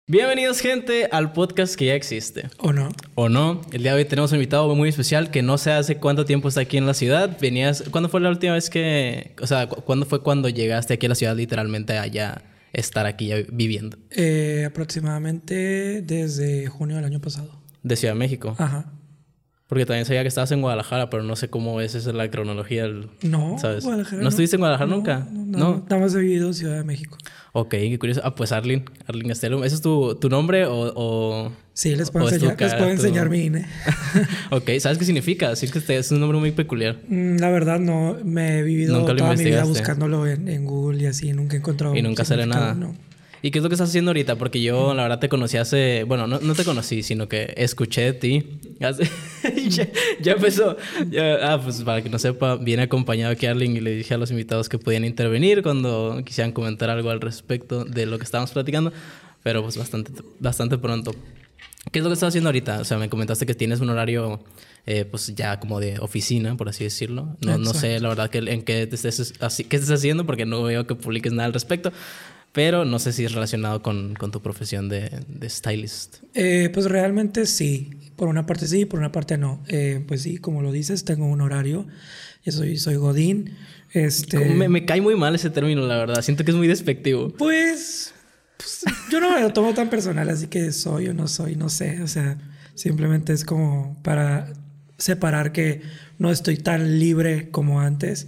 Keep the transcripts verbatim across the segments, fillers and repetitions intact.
Bienvenidos, gente, al podcast que ya existe. ¿O no? ¿O no? El día de hoy tenemos un invitado muy especial que no sé hace cuánto tiempo está aquí en la ciudad. Venías... ¿Cuándo fue la última vez que... O sea, ¿cuándo fue cuando llegaste aquí a la ciudad literalmente allá, estar aquí ya viviendo? Eh, aproximadamente desde junio del año pasado. De Ciudad de México. Ajá. Porque también sabía que estabas en Guadalajara, pero no sé cómo es esa la cronología del... No, ¿sabes? Guadalajara ¿No no. estuviste en Guadalajara No, nunca? No, no, no. Nada más he vivido en Ciudad de México. Ok, qué curioso. Ah, pues Arlene, Arlene Gastelum. ¿Ese es tu, tu nombre o, o...? Sí, les puedo, o es tu enseñar, les cara, puedo tu- enseñar mi I N E. Ok, ¿sabes qué significa? Sí que este es un nombre muy peculiar. Mm, La verdad no, me he vivido Nunca lo toda mi vida investigaste. buscándolo en, en Google y así, nunca he encontrado Y un nunca sale significado, nada. No. ¿Y qué es lo que estás haciendo ahorita? Porque yo, la verdad, te conocí hace... Bueno, no, no te conocí, sino que escuché de ti. Hace- ya, ya empezó. Ya- ah, pues para que no sepa, viene acompañado aquí Arlene y le dije a los invitados que podían intervenir cuando quisieran comentar algo al respecto de lo que estábamos platicando. Pero pues bastante, bastante pronto. ¿Qué es lo que estás haciendo ahorita? O sea, me comentaste que tienes un horario... Eh, pues ya como de oficina, por así decirlo. No, no sé, Exacto. la verdad, que en qué te estés, así, qué estés haciendo porque no veo que publiques nada al respecto. Pero no sé si es relacionado con, con tu profesión de, de stylist. Eh, pues realmente sí. Por una parte sí, por una parte no. Eh, pues sí, como lo dices, tengo un horario. Yo soy, soy Godín. Este... Como Me, me cae muy mal ese término, la verdad. Siento que es muy despectivo. Pues, pues, yo no me lo tomo tan personal, así que soy o no soy, no sé. O sea, simplemente es como para separar que no estoy tan libre como antes.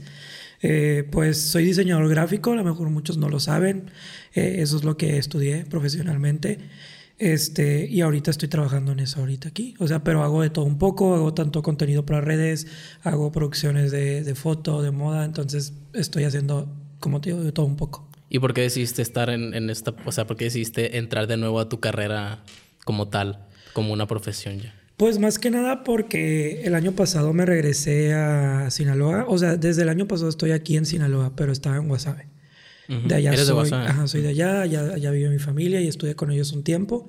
Eh, pues soy diseñador gráfico, a lo mejor muchos no lo saben. Eh, eso es lo que estudié profesionalmente. Este, y ahorita estoy trabajando en eso ahorita aquí. O sea, pero hago de todo un poco, hago tanto contenido para redes, hago producciones de, de foto, de moda. Entonces estoy haciendo, como te digo, de todo un poco. ¿Y por qué decidiste estar en, en esta... O sea, por qué decidiste entrar de nuevo a tu carrera como tal, como una profesión ya? Pues más que nada porque el año pasado me regresé a Sinaloa. O sea, desde el año pasado estoy aquí en Sinaloa, pero estaba en Guasave. Ujú. De allá ¿Eres de soy, Guasave? ajá, soy de allá, allá, allá vive mi familia y estudié con ellos un tiempo.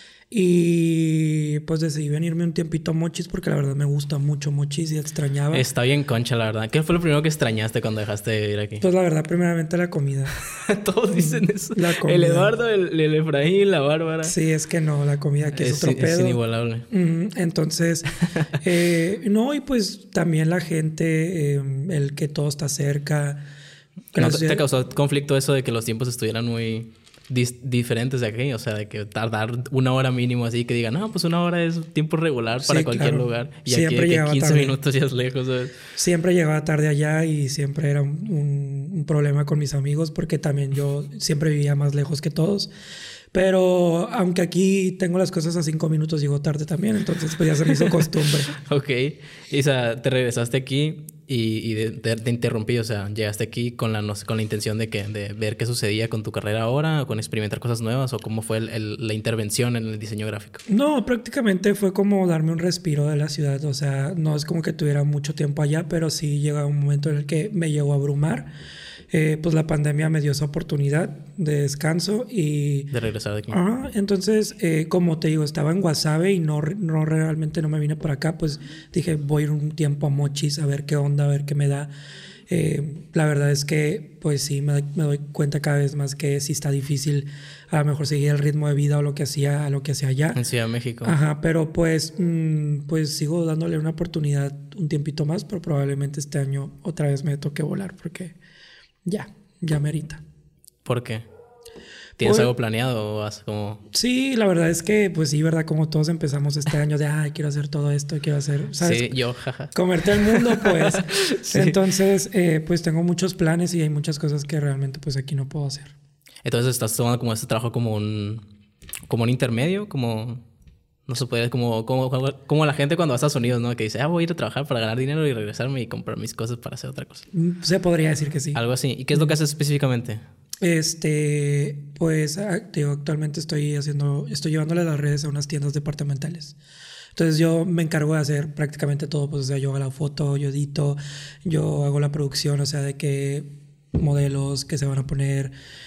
Y pues decidí venirme un tiempito a Mochis porque la verdad me gusta mucho Mochis y extrañaba. Está bien concha, la verdad. ¿Qué fue lo primero que extrañaste cuando dejaste de vivir aquí? Pues la verdad, primeramente la comida. Todos dicen eso. La comida. El Eduardo, el, el Efraín, la Bárbara. Sí, es que no, la comida aquí es, es, otro pedo. es inigualable. Ujú. Entonces, eh, no, y pues también la gente, eh, el que todo está cerca. que ¿No la te, te ciudad- causó conflicto eso de que los tiempos estuvieran muy dis- diferentes de aquí? O sea, de que tardar una hora mínimo así, que digan, no, pues una hora es tiempo regular para Sí, cualquier claro. lugar. Y Siempre aquí de que llegaba quince tarde. minutos ya es lejos, ¿sabes? Siempre llegaba tarde allá y siempre era un, un- un problema con mis amigos porque también yo siempre vivía más lejos que todos. Pero aunque aquí tengo las cosas a cinco minutos, llego tarde también, entonces pues ya se me hizo costumbre. Ok. Y, o sea, te regresaste aquí y, y de- te, te interrumpí. O sea, llegaste aquí con la, no sé, con la intención de, que, de ver qué sucedía con tu carrera ahora, o con experimentar cosas nuevas, o cómo fue el- el- la intervención en el diseño gráfico. No, prácticamente fue como darme un respiro de la ciudad. O sea, no es como que tuviera mucho tiempo allá, pero sí llega un momento en el que me llegó a abrumar. Eh, pues la pandemia me dio esa oportunidad de descanso y... De regresar de aquí. Ajá, entonces, eh, como te digo, estaba en Guasave y no, re- no realmente no me vine para acá, pues dije, voy a ir un tiempo a Mochis a ver qué onda, a ver qué me da. Eh, la verdad es que, pues sí, me, doy- me doy cuenta cada vez más que sí está difícil a lo mejor seguir el ritmo de vida o lo que hacía, a lo que hacía allá. En Ciudad de México. Ajá, pero pues, mm, pues sigo dándole una oportunidad un tiempito más, pero probablemente este año otra vez me toque volar porque ya, ya merita. ¿Por qué? ¿Tienes Pues- algo planeado o vas como...? Sí, la verdad es que, pues sí, ¿verdad? Como todos empezamos este año de, ay, quiero hacer todo esto, quiero hacer, ¿sabes? Sí, yo, jaja. Comerte el mundo, pues. Sí. Entonces, eh, pues tengo muchos planes y hay muchas cosas que realmente, pues aquí no puedo hacer. Entonces estás tomando como este trabajo como un... Como un intermedio, como... No se puede... Como, como, como la gente cuando va a Estados Unidos, ¿no? Que dice, ah, voy a ir a trabajar para ganar dinero y regresarme y comprar mis cosas para hacer otra cosa. Mm, Se podría decir que sí. Algo así. ¿Y qué es lo que haces específicamente? Este, pues, ah, te digo, actualmente estoy haciendo, estoy llevándole las redes a unas tiendas departamentales. Entonces yo me encargo de hacer prácticamente todo, pues, o sea, yo hago la foto, yo edito, yo hago la producción, o sea, de qué modelos que se van a poner,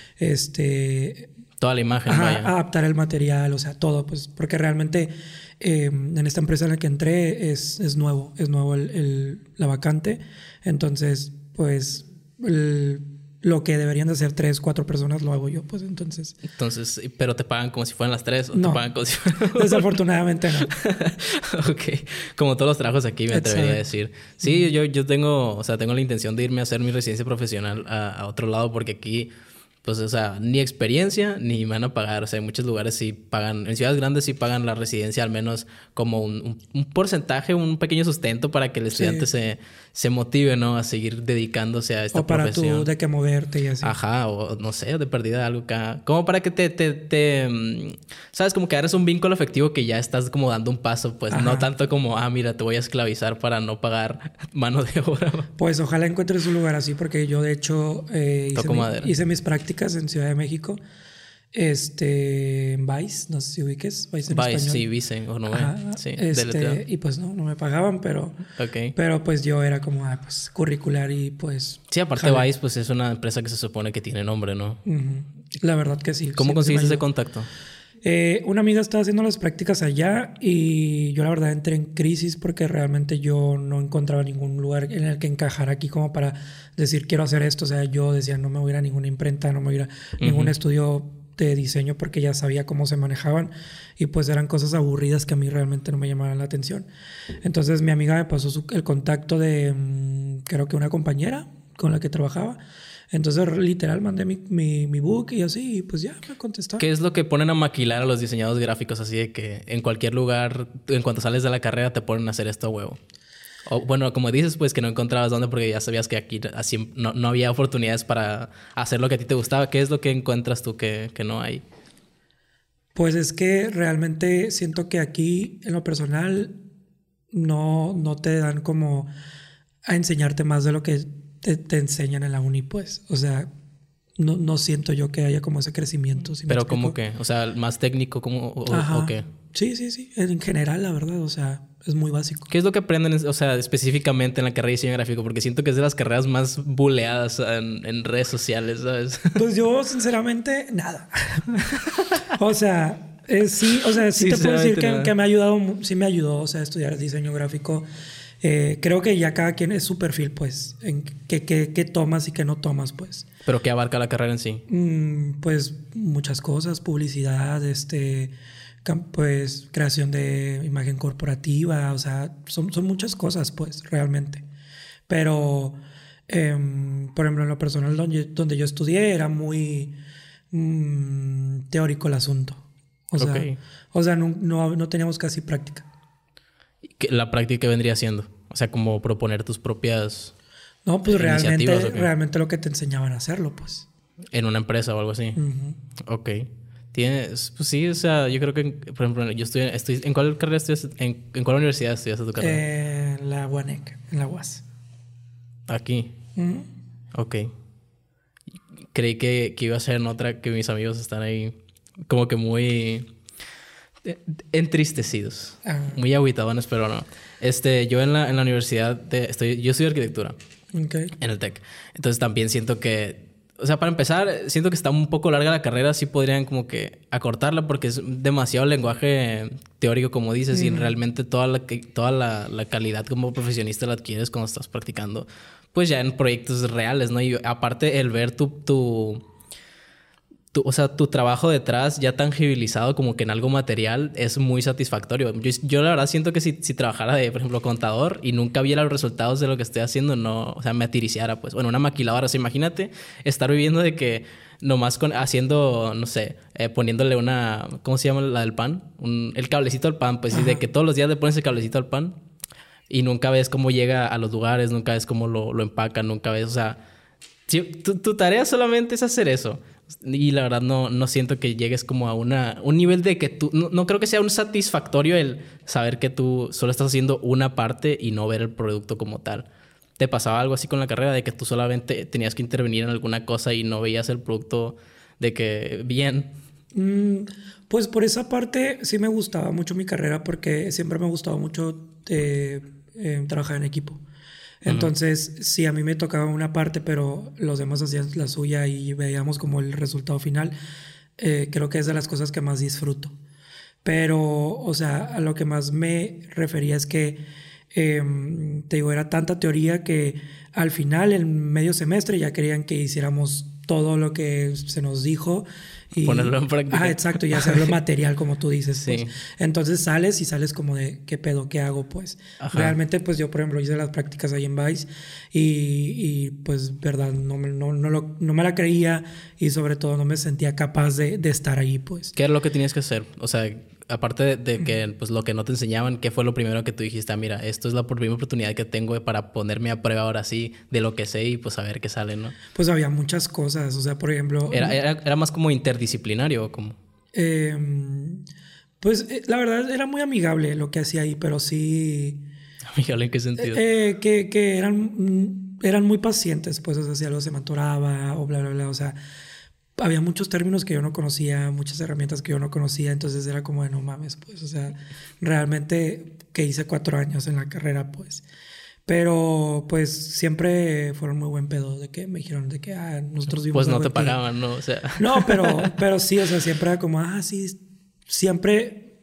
este, Toda la imagen, ajá, vaya. adaptar el material, o sea, todo, pues, porque realmente eh, en esta empresa en la que entré es, es nuevo, es nuevo el, el- la vacante, entonces, pues, el- lo que deberían de hacer tres, cuatro personas lo hago yo, pues entonces... Entonces, pero te pagan como si fueran las tres o no, te pagan como si fueran... desafortunadamente no. Ok, como todos los trabajos aquí me atrevería a decir. Sí, Mm. yo, yo tengo, o sea, tengo la intención de irme a hacer mi residencia profesional a, a otro lado porque aquí... Pues, o sea, ni experiencia ni me van a pagar. O sea, en muchos lugares sí pagan, en ciudades grandes sí pagan la residencia al menos como un, un, un porcentaje, un pequeño sustento para que el estudiante Sí. se, se motive, ¿no? A seguir dedicándose a esta O para profesión. tú de que moverte y así. Ajá, o no sé, de perdida algo acá. Como para que te, te, te mm, sabes, como que eres un vínculo afectivo que ya estás como dando un paso, pues Ajá. no tanto como, ah, mira, te voy a esclavizar para no pagar mano de obra. Pues ojalá encuentres un lugar así, porque yo de hecho eh, hice, Toco mi- madera. hice mis prácticas en Ciudad de México. Este, en Vice, no sé si ubiques, Vice en Vice, español. sí, Vice, o no, Ajá, sí, este, deletreo. y pues no, no me pagaban, pero, Ok. pero pues yo era como, ah, pues curricular y pues... Sí, aparte jale. Vice, pues es una empresa que se supone que tiene nombre, ¿no? Ujú. La verdad que sí. ¿Cómo siempre me conseguiste ese ayudó. contacto? Eh, una amiga estaba haciendo las prácticas allá y yo la verdad entré en crisis porque realmente yo no encontraba ningún lugar en el que encajar aquí como para decir quiero hacer esto. O sea, yo decía no me voy a ir a ninguna imprenta, no me voy a ir a ningún Ujú. estudio de diseño porque ya sabía cómo se manejaban y pues eran cosas aburridas que a mí realmente no me llamaban la atención. Entonces mi amiga me pasó su- el contacto de mm, creo que una compañera con la que trabajaba. Entonces literal mandé mi, mi, mi book y así y pues ya me contestó. ¿Qué es lo que ponen a maquilar a los diseñadores gráficos? Así de que en cualquier lugar, en cuanto sales de la carrera, te ponen a hacer esto a huevo. O bueno, como dices, pues que no encontrabas dónde porque ya sabías que aquí así no, no había oportunidades para hacer lo que a ti te gustaba. ¿Qué es lo que encuentras tú que, que no hay? Pues es que realmente siento que aquí, en lo personal, no, no te dan como a enseñarte más de lo que te, te enseñan en la uni, pues. O sea, no, no siento yo que haya como ese crecimiento. ¿Sí me Pero ¿cómo explico? que? O sea, más técnico, ¿cómo o, Ajá. o qué? Sí, sí, sí. En general, la verdad, o sea, es muy básico. ¿Qué es lo que aprenden, o sea, específicamente en la carrera de diseño gráfico? Porque siento que es de las carreras más buleadas en, en redes sociales, ¿sabes? Pues yo, sinceramente, nada. O sea, eh, sí, o sea, sí te puedo decir Sinceramente, que, nada. que me ha ayudado, mu- sí me ayudó, o sea, estudiar diseño gráfico. Eh, creo que ya cada quien es su perfil, pues, en qué qué- qué tomas y qué no tomas, pues. Pero ¿qué abarca la carrera en sí? Mm, pues muchas cosas, publicidad, este, cam- pues creación de imagen corporativa, o sea, son, son muchas cosas, pues, realmente. Pero, em, por ejemplo, en lo personal donde, donde yo estudié era muy mm, teórico el asunto. O sea, Ok. o sea no, no, no teníamos casi práctica. ¿Qué- la práctica vendría siendo? O sea, como proponer tus propias No, pues realmente, iniciativas, ¿o qué? realmente lo que te enseñaban a hacerlo, pues. En una empresa o algo así. Ujú. Ok. Tienes, pues sí, o sea, yo creo que, por ejemplo, yo estoy, estoy ¿en cuál carrera estudias? ¿En, en cuál universidad estudias tu carrera? Eh, en la U A N E C, en la U A S. Aquí. Ujú. Ok. Creí que, que iba a ser en otra, que mis amigos están ahí como que muy eh, entristecidos. Ah, Muy agüitadones, pero no. Este, yo en la, en la universidad, de, estoy, yo estudio arquitectura ok. en el TEC. Entonces también siento que, o sea, para empezar, siento que está un poco larga la carrera. Sí podrían como que acortarla porque es demasiado lenguaje teórico, como dices, y Mm. realmente toda la, que- toda la, la calidad como profesionista la adquieres cuando estás practicando, pues ya en proyectos reales, ¿no? Y aparte el ver tu... tu Tu, o sea, tu trabajo detrás ya tangibilizado como que en algo material es muy satisfactorio. Yo, yo la verdad siento que si, si trabajara de, por ejemplo, contador y nunca viera los resultados de lo que estoy haciendo, no, o sea, me atiriciara, pues. Bueno, una maquiladora, o sea, imagínate estar viviendo de que nomás con, haciendo, no sé, eh, poniéndole una, ¿cómo se llama la del pan? Un, el cablecito al pan, pues, y de que todos los días le pones el cablecito al pan y nunca ves cómo llega a los lugares, nunca ves cómo lo, lo empacan, nunca ves, o sea, si, tu, tu tarea solamente es hacer eso. Y la verdad no, no siento que llegues como a una, un nivel de que tú... No, no creo que sea un satisfactorio el saber que tú solo estás haciendo una parte y no ver el producto como tal. ¿Te pasaba algo así con la carrera de que tú solamente tenías que intervenir en alguna cosa y no veías el producto de que bien? Mm, pues por esa parte sí me gustaba mucho mi carrera porque siempre me ha gustado mucho eh, eh, trabajar en equipo. Entonces, sí, a mí me tocaba una parte, pero los demás hacían la suya y veíamos como el resultado final. Eh, creo que es de las cosas que más disfruto. Pero, o sea, a lo que más me refería es que eh, te digo, era tanta teoría que al final, en medio semestre, ya querían que hiciéramos todo lo que se nos dijo. Y, ponerlo en práctica. Ah, exacto, y hacerlo material, como tú dices. Sí. Pues. Entonces sales y sales como de, ¿qué pedo? ¿Qué hago? Pues Ajá. realmente, pues yo, por ejemplo, hice las prácticas ahí en Vice y, y pues, verdad, no me, no, no, lo, no me la creía y sobre todo no me sentía capaz de, de estar ahí, pues. ¿Qué era lo que tenías que hacer? O sea, aparte de, de que pues lo que no te enseñaban, ¿qué fue lo primero que tú dijiste? Ah, mira, esto es la primera oportunidad que tengo para ponerme a prueba ahora sí de lo que sé y pues a ver qué sale, ¿no? Pues había muchas cosas, o sea, por ejemplo... ¿Era, era, era más como interdisciplinario o cómo? Eh, pues eh, la verdad era muy amigable lo que hacía ahí, pero sí... ¿Amigable en qué sentido? Eh, que, que eran, eran muy pacientes, pues, o sea, si algo se me atoraba o bla, bla, bla, o sea... Había muchos términos que yo no conocía, muchas herramientas que yo no conocía, entonces era como de no mames, pues, o sea, realmente que hice cuatro años en la carrera, pues. Pero, pues, siempre fueron muy buen pedo de que me dijeron de que, ah, nosotros vimos... Pues no te pagaban, ¿no? O sea... No, pero, pero sí, o sea, siempre era como, ah, sí, siempre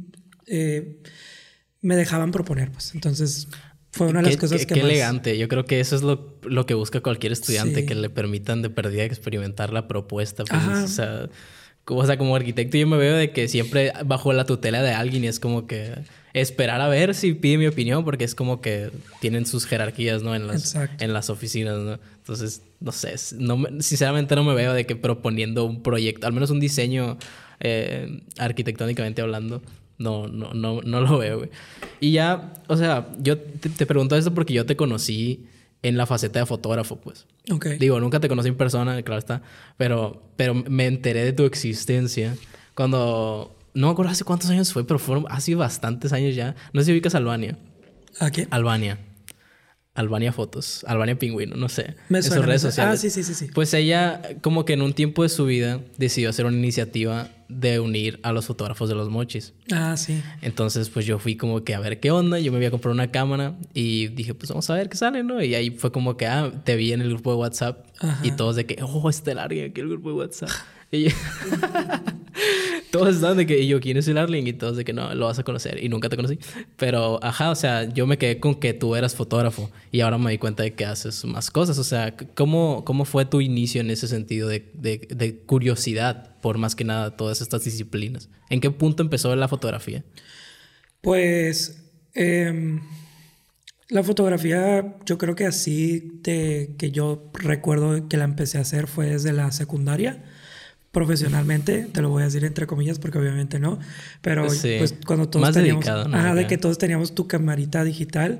eh, me dejaban proponer, pues, entonces... Fue una de las qué, cosas qué, que qué más... elegante. Yo creo que eso es lo, lo que busca cualquier estudiante, sí. que le permitan de perdida experimentar la propuesta. Pues, Ajá. o sea, como, o sea, como arquitecto yo me veo de que siempre bajo la tutela de alguien y es como que esperar a ver si pide mi opinión porque es como que tienen sus jerarquías, ¿no? En las, en las oficinas, ¿no? Entonces, no sé, no me, sinceramente no me veo de que proponiendo un proyecto, al menos un diseño eh, arquitectónicamente hablando. No, no, no, no lo veo, güey. Y ya, o sea, yo te, te pregunto esto porque yo te conocí en la faceta de fotógrafo, pues. Ok. Digo, nunca te conocí en persona, claro está. Pero, pero me enteré de tu existencia cuando... No me acuerdo hace cuántos años fue, pero fueron hace bastantes años ya. No sé si ubicas a Albania. ¿A qué? Albania. Albania Fotos, Albania Pingüino, no sé. Me suena, en sus redes me sociales. Ah, sí, sí, sí, sí. Pues ella, como que en un tiempo de su vida, decidió hacer una iniciativa de unir a los fotógrafos de los mochis. Ah, sí. Entonces, pues yo fui como que a ver qué onda. Yo me voy a comprar una cámara y dije, pues vamos a ver qué sale, ¿no? Y ahí fue como que, ah, te vi en el grupo de WhatsApp. Ajá. Y todos de que, oh, está el Arling aquí en el grupo de WhatsApp. Y todos estaban de que, y yo, ¿quién es el Arling? Y todos de que no, lo vas a conocer. Y nunca te conocí. Pero, ajá, o sea, yo me quedé con que tú eras fotógrafo. Y ahora me di cuenta de que haces más cosas. O sea, ¿cómo, cómo fue tu inicio en ese sentido de, de, de curiosidad por más que nada todas estas disciplinas? ¿En qué punto empezó la fotografía? Pues... Eh... La fotografía, yo creo que así de, que yo recuerdo que la empecé a hacer fue desde la secundaria, profesionalmente, te lo voy a decir entre comillas porque obviamente no, pero sí. Pues cuando todos más teníamos, dedicado, ¿no? Ajá, de que todos teníamos tu camarita digital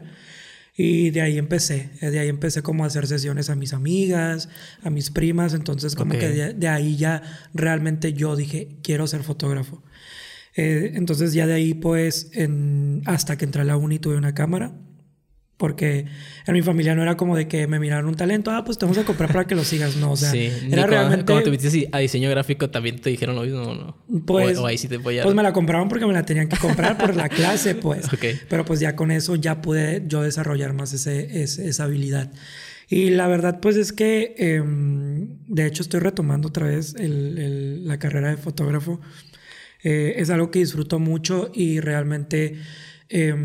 y de ahí empecé, de ahí empecé como a hacer sesiones a mis amigas, a mis primas, entonces como okay. que de, de ahí ya realmente yo dije, quiero ser fotógrafo. Eh, entonces ya de ahí pues en, hasta que entré a la uni tuve una cámara. Porque en mi familia no era como de que me miraron un talento, ah, pues te vamos a comprar para que lo sigas. No, o sea, sí. era como, realmente... Como te metiste a diseño gráfico, también te dijeron lo mismo, ¿no? Pues, o, o ahí sí te apoyaron. Pues me la compraron porque me la tenían que comprar por la clase, pues. Okay. Pero pues ya con eso ya pude yo desarrollar más ese, ese, esa habilidad. Y la verdad, pues es que... Eh, de hecho, estoy retomando otra vez el, el, la carrera de fotógrafo. Eh, es algo que disfruto mucho y realmente... Eh,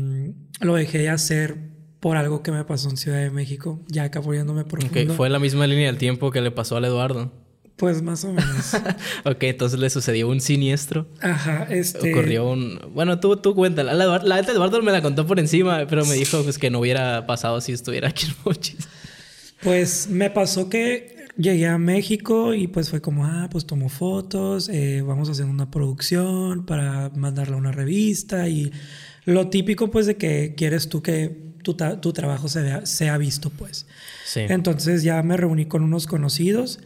lo dejé de hacer por algo que me pasó en Ciudad de México, ya acá poniéndome profundo. Okay, fue la misma línea del tiempo que le pasó al Eduardo. Pues más o menos. Ok, entonces le sucedió un siniestro. Ajá, este... Ocurrió un... Bueno, tú, tú cuéntala. La, la, la Eduardo me la contó por encima, pero me dijo pues, que no hubiera pasado si estuviera aquí en Mochis. Pues me pasó que llegué a México y pues fue como, ah, pues tomo fotos, eh, vamos a hacer una producción para mandarla a una revista y... Lo típico, pues, de que quieres tú que tu, ta- tu trabajo se vea, sea visto, pues. Sí. Entonces ya me reuní con unos conocidos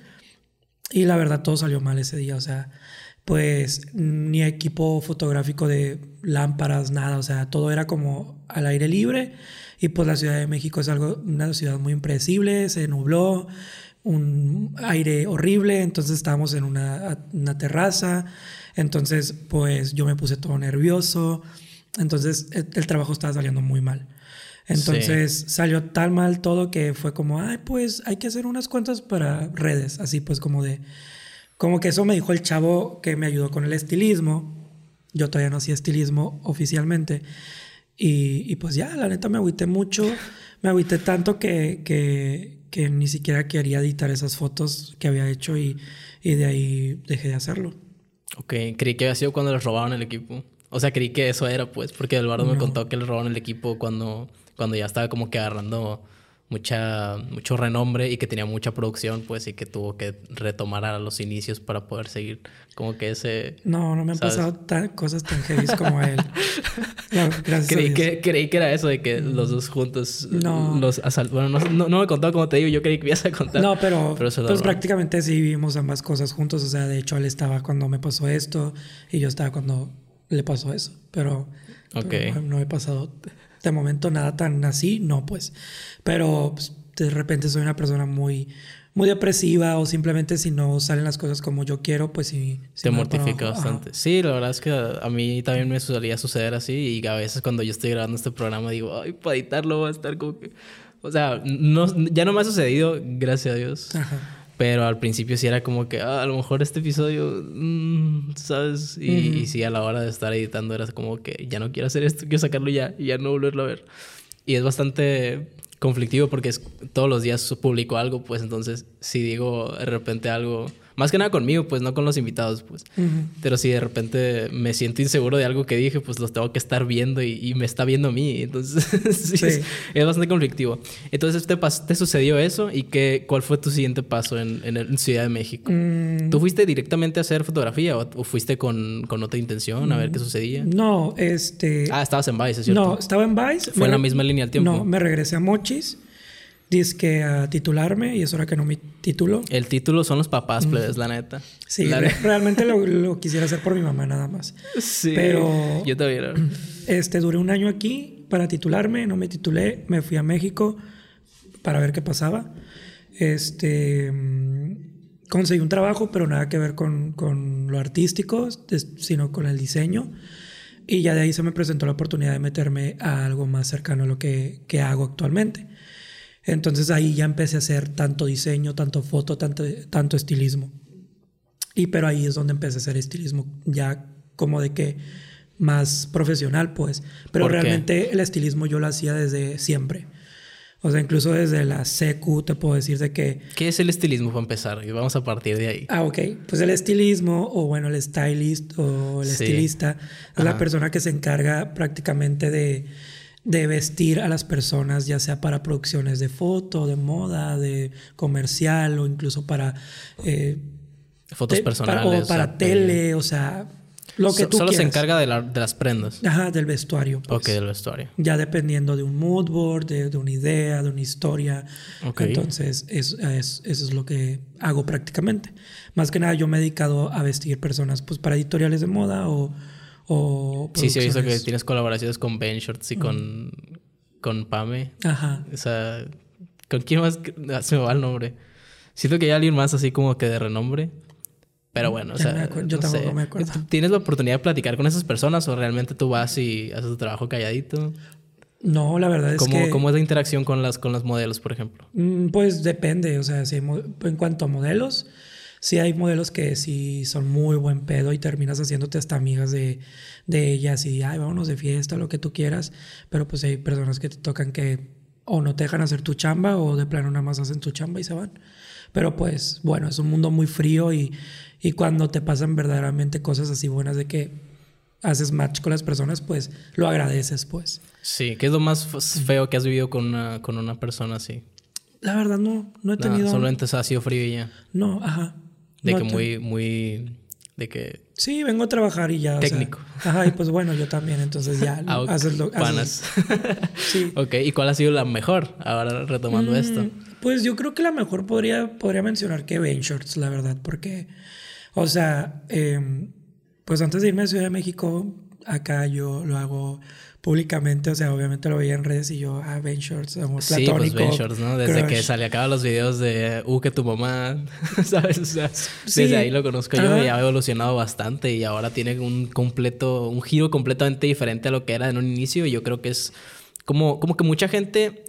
y la verdad todo salió mal ese día. O sea, pues ni equipo fotográfico de lámparas, nada. O sea, todo era como al aire libre y pues la Ciudad de México es algo, una ciudad muy impredecible, se nubló, un aire horrible, entonces estábamos en una, una terraza. Entonces, pues yo me puse todo nervioso. Entonces el, el trabajo estaba saliendo muy mal. Entonces sí. Salió tan mal todo que fue como, ay, pues hay que hacer unas cuantas para redes. Así pues como de... Como que eso me dijo el chavo que me ayudó con el estilismo. Yo todavía no hacía estilismo oficialmente. Y, y pues ya, la neta me agüité mucho. Me agüité tanto que, que, que ni siquiera quería editar esas fotos que había hecho y, y de ahí dejé de hacerlo. Ok, creí que había sido cuando les robaron el equipo. O sea, creí que eso era, pues, porque Eduardo no. me contó que le robaron el equipo cuando, cuando ya estaba como que agarrando mucha, mucho renombre y que tenía mucha producción, pues, y que tuvo que retomar a los inicios para poder seguir como que ese... No, no me han ¿sabes? pasado tan, cosas tan heavy como a él. No, gracias creí, a Dios. Que, creí que era eso de que mm. los dos juntos no. los asaltaron. Bueno, no, no, no me contó como te digo, yo creí que ibas a contar. No, pero, pero pues prácticamente sí vivimos ambas cosas juntos. O sea, de hecho, él estaba cuando me pasó esto y yo estaba cuando le pasó eso. Pero, okay. pero no, no he pasado... De momento nada tan así, no pues. Pero pues, de repente soy una persona muy, muy depresiva o simplemente si no salen las cosas como yo quiero, pues sí. sí Te mortifica bastante. Ajá. Sí, la verdad es que a mí también me solía suceder así y a veces cuando yo estoy grabando este programa digo, ay, para editarlo va a estar como que... O sea, no, ya no me ha sucedido, gracias a Dios. Ajá. Pero al principio sí era como que, ah, a lo mejor este episodio, mmm, ¿sabes? Y, uh-huh. y sí, a la hora de estar editando era como que ya no quiero hacer esto, quiero sacarlo ya y ya no volverlo a ver. Y es bastante conflictivo porque es, todos los días publico algo, pues entonces si digo de repente algo... Más que nada conmigo, pues no con los invitados, pues. Uh-huh. Pero si de repente me siento inseguro de algo que dije, pues los tengo que estar viendo y, y me está viendo a mí. Entonces, sí, sí. Es, es bastante conflictivo. Entonces, ¿te, pas- te sucedió eso? ¿Y qué, cuál fue tu siguiente paso en, en, en Ciudad de México? Mm. ¿Tú fuiste directamente a hacer fotografía o, o fuiste con, con otra intención mm. a ver qué sucedía? No, este... Ah, estabas en Vice, ¿es cierto? No, estaba en Vice. ¿Fue en la misma línea del tiempo? No, me regresé a Mochis. Dizque a titularme y es hora que no me titulo. El título son los papás, mm. plebes, la neta. Sí, la re- realmente lo, lo quisiera hacer por mi mamá nada más. Sí, pero yo también. Este, duré un año aquí para titularme, no me titulé, me fui a México para ver qué pasaba. Este, conseguí un trabajo, pero nada que ver con, con lo artístico, sino con el diseño. Y ya de ahí se me presentó la oportunidad de meterme a algo más cercano a lo que, que hago actualmente. Entonces ahí ya empecé a hacer tanto diseño, tanto foto, tanto, tanto estilismo. Y pero ahí es donde empecé a hacer estilismo ya como de que más profesional, pues. Pero realmente el estilismo yo lo hacía desde siempre. O sea, incluso desde la secu te puedo decir de que... ¿Qué es el estilismo para empezar? Y vamos a partir de ahí. Ah, ok. Pues el estilismo, o bueno, el stylist o el sí. estilista, es Ajá. la persona que se encarga prácticamente de... de vestir a las personas, ya sea para producciones de foto, de moda, de comercial o incluso para... Eh, Fotos te, personales. Para, o para o sea, tele, o sea, lo que so, tú solo quieras. Solo se encarga de, la, de las prendas. Ajá, del vestuario. Pues. Ok, del vestuario. Ya dependiendo de un mood board, de, de una idea, de una historia. Okay. Entonces, es, es, eso es lo que hago prácticamente. Más que nada, yo me he dedicado a vestir personas pues para editoriales de moda o... O sí, sí, he visto que tienes colaboraciones con Ben Shorts y mm. con, con Pame. Ajá. O sea, ¿con quién más? Se me va el nombre. Siento que hay alguien más así como que de renombre. Pero bueno, ya o sea, me yo no tampoco sé. me acuerdo. ¿Tienes la oportunidad de platicar con esas personas o realmente tú vas y haces tu trabajo calladito? No, la verdad es ¿Cómo, que... ¿Cómo es la interacción con las, con las modelos, por ejemplo? Pues depende. O sea, si en cuanto a modelos... Sí hay modelos que sí son muy buen pedo y terminas haciéndote hasta amigas de, de ellas y ay, vámonos de fiesta, lo que tú quieras. Pero pues hay personas que te tocan que o no te dejan hacer tu chamba o de plano nada más hacen tu chamba y se van. Pero pues bueno, es un mundo muy frío y, y cuando te pasan verdaderamente cosas así buenas de que haces match con las personas, pues lo agradeces, pues. Sí, ¿qué es lo más feo que has vivido con una, con una persona así? La verdad no, no he tenido... No, solamente ha sido frío y ya. No, ajá. De no que te... muy, muy... De que... Sí, vengo a trabajar y ya. Técnico. O sea, ajá, y pues bueno, yo también, entonces ya ah, okay. haces lo... Panas. Sí. Ok, ¿y cuál ha sido la mejor? Ahora retomando mm, esto. Pues yo creo que la mejor podría, podría mencionar que Ben Shorts, la verdad, porque... O sea, eh, pues antes de irme a Ciudad de México, acá yo lo hago... públicamente, o sea, obviamente lo veía en redes y yo, ah, Ben Shorts, amor sí, platónico. Sí, pues Ben Shorts, ¿no? Desde crush. Que salía acá los videos de, uh, que tu mamá, ¿sabes? O sea, sí. Desde ahí lo conozco yo y ha evolucionado bastante y ahora tiene un completo, un giro completamente diferente a lo que era en un inicio y yo creo que es como, como que mucha gente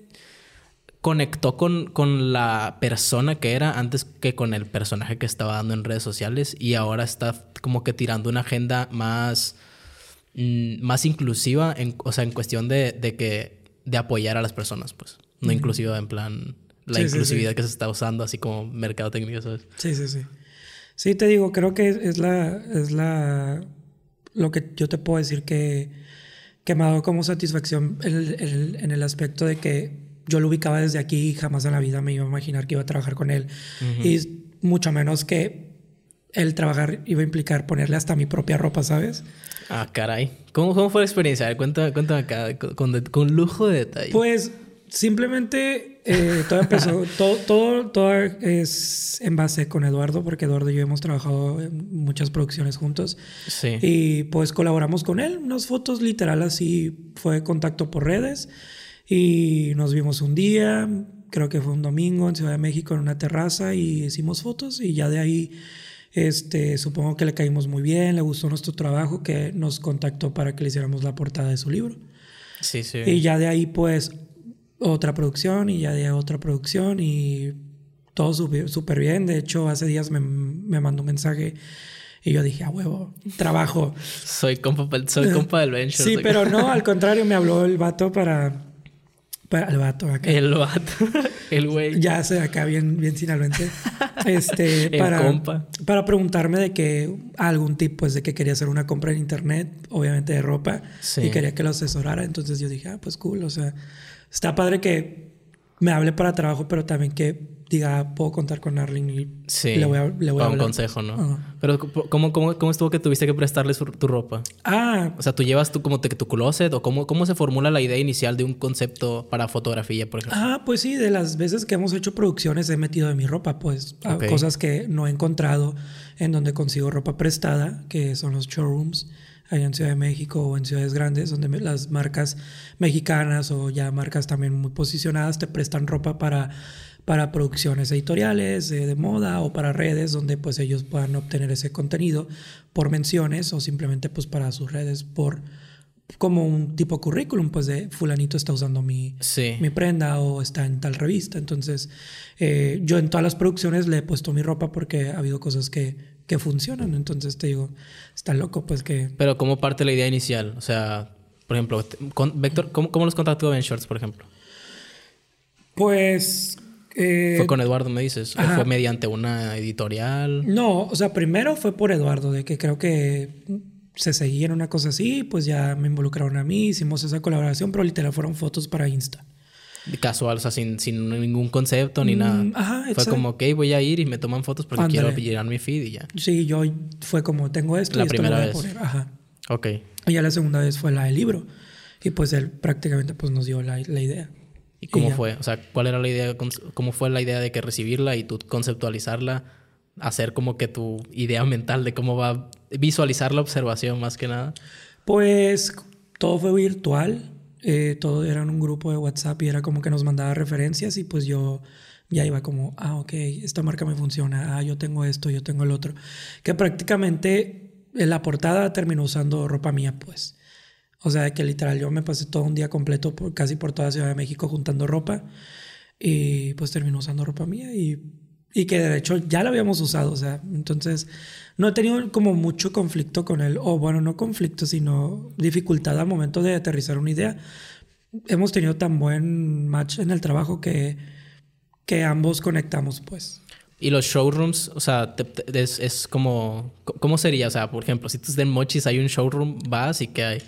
conectó con, con la persona que era antes que con el personaje que estaba dando en redes sociales y ahora está como que tirando una agenda más... mm, más inclusiva, en, o sea, en cuestión de, de que de apoyar a las personas, pues. No uh-huh. inclusiva en plan la sí, inclusividad sí, sí. que se está usando, así como mercadotecnia, ¿sabes? Sí, sí, sí. Sí, te digo, creo que es la... Es la lo que yo te puedo decir que, que me ha dado como satisfacción en el, en, el, en el aspecto de que yo lo ubicaba desde aquí y jamás en la vida me iba a imaginar que iba a trabajar con él. Uh-huh. Y mucho menos que el trabajar iba a implicar ponerle hasta mi propia ropa, ¿sabes? Ah, caray. ¿Cómo, cómo fue la experiencia? A ver, cuéntame, cuéntame acá con, con, con lujo de detalle. Pues simplemente eh, todo empezó, todo, todo, todo es en base con Eduardo, porque Eduardo y yo hemos trabajado en muchas producciones juntos. Sí. Y pues colaboramos con él, unas fotos literal así, fue contacto por redes y nos vimos un día, creo que fue un domingo en Ciudad de México en una terraza y hicimos fotos y ya de ahí este, supongo que le caímos muy bien, le gustó nuestro trabajo, que nos contactó para que le hiciéramos la portada de su libro. Sí, sí. Y ya de ahí pues otra producción y ya de otra producción y todo súper bien. De hecho, hace días me, me mandó un mensaje y yo dije, a huevo, trabajo. Soy compa, soy compa del Venture. Sí, pero no, al contrario, me habló el vato para... para el vato acá. El vato. El güey. Ya sé, acá bien, bien sinaloense. Este, el para, compa. Para preguntarme de que algún tip, pues, de que quería hacer una compra en internet, obviamente de ropa. Sí. Y quería que lo asesorara. Entonces yo dije, ah, pues cool, o sea... Está padre que me hable para trabajo, pero también que diga, puedo contar con Arling y sí, le voy a, le voy a un hablar. consejo, ¿no? Uh-huh. Pero ¿cómo, cómo, ¿cómo estuvo que tuviste que prestarle su, tu ropa? Ah. O sea, ¿tú llevas tu, como te, tu closet? ¿O cómo, cómo se formula la idea inicial de un concepto para fotografía, por ejemplo? Ah, pues sí. De las veces que hemos hecho producciones he metido de mi ropa, pues. Okay. A cosas que no he encontrado en donde consigo ropa prestada, que son los showrooms. Allá en Ciudad de México o en ciudades grandes donde las marcas mexicanas o ya marcas también muy posicionadas te prestan ropa para, para producciones editoriales eh, de moda o para redes donde pues ellos puedan obtener ese contenido por menciones o simplemente pues para sus redes por como un tipo currículum pues de fulanito está usando mi, sí. mi prenda o está en tal revista. Entonces eh, yo en todas las producciones le he puesto mi ropa porque ha habido cosas que que funcionan. Entonces te digo, está loco pues que... Pero ¿cómo parte la idea inicial? O sea, por ejemplo, con Vector, ¿cómo, cómo los contactó Ben Shorts, por ejemplo? Pues... Eh, ¿Fue con Eduardo, me dices? ¿O fue mediante una editorial? No, o sea, primero fue por Eduardo, de que creo que se seguían una cosa así, pues ya me involucraron a mí, hicimos esa colaboración, pero literal fueron fotos para Insta. Casual, o sea, sin, sin ningún concepto ni mm, nada. Ajá, fue exacto. como, ok, voy a ir y me toman fotos porque Ándale. quiero llenar mi feed y ya. Sí, yo fue como, tengo esto la y esto primera lo voy vez. a poner. Ajá. Ok. Y ya la segunda vez fue la del libro. Y pues él prácticamente pues nos dio la, la idea. ¿Y cómo y fue? O sea, ¿cuál era la idea? ¿Cómo fue la idea de que recibirla y tú conceptualizarla? Hacer como que tu idea mental de cómo va a visualizar la observación más que nada. Pues todo fue virtual. Eh, todo era en un grupo de WhatsApp y era como que nos mandaba referencias y pues yo ya iba como, ah, ok, esta marca me funciona, ah, yo tengo esto, yo tengo el otro. Que prácticamente en la portada terminó usando ropa mía, pues. O sea, que literal yo me pasé todo un día completo por, casi por toda Ciudad de México juntando ropa y pues terminó usando ropa mía y, y que de hecho ya la habíamos usado, o sea, entonces no he tenido como mucho conflicto con él, o bueno, no conflicto, sino dificultad al momento de aterrizar una idea. Hemos tenido tan buen match en el trabajo que, que ambos conectamos, pues. Y los showrooms, o sea, te, te, es, es como... ¿Cómo sería? O sea, por ejemplo, si tú estás en Mochis, hay un showroom, vas y ¿qué hay?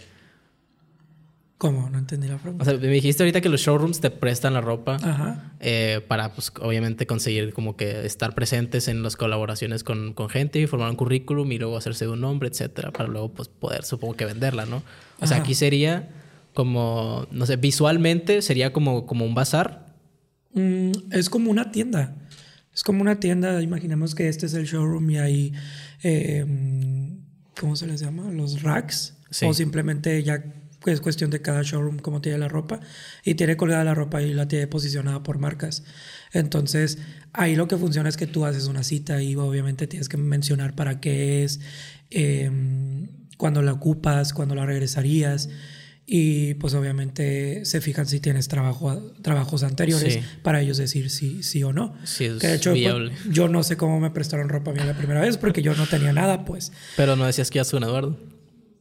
¿Cómo? No entendí la pregunta. O sea, me dijiste ahorita que los showrooms te prestan la ropa. Ajá. Eh, para, pues, obviamente conseguir como que estar presentes en las colaboraciones con, con gente y formar un currículum y luego hacerse de un nombre, etcétera, para luego, pues, poder, supongo que venderla, ¿no? O Ajá. sea, aquí sería como, no sé, visualmente sería como, como un bazar. Mm, es como una tienda. Es como una tienda. Imaginemos que este es el showroom y hay, eh, ¿cómo se les llama? Los racks. Sí. O simplemente ya... es cuestión de cada showroom cómo tiene la ropa y tiene colgada la ropa y la tiene posicionada por marcas. Entonces ahí lo que funciona es que tú haces una cita y obviamente tienes que mencionar para qué es, eh, cuándo la ocupas, cuándo la regresarías y pues obviamente se fijan si tienes trabajo, trabajos anteriores, sí, para ellos decir sí, sí o no. Sí, es que de hecho viable. Pues, yo no sé cómo me prestaron ropa a mí la primera vez porque yo no tenía nada, pues. Pero no decías que ibas con Eduardo.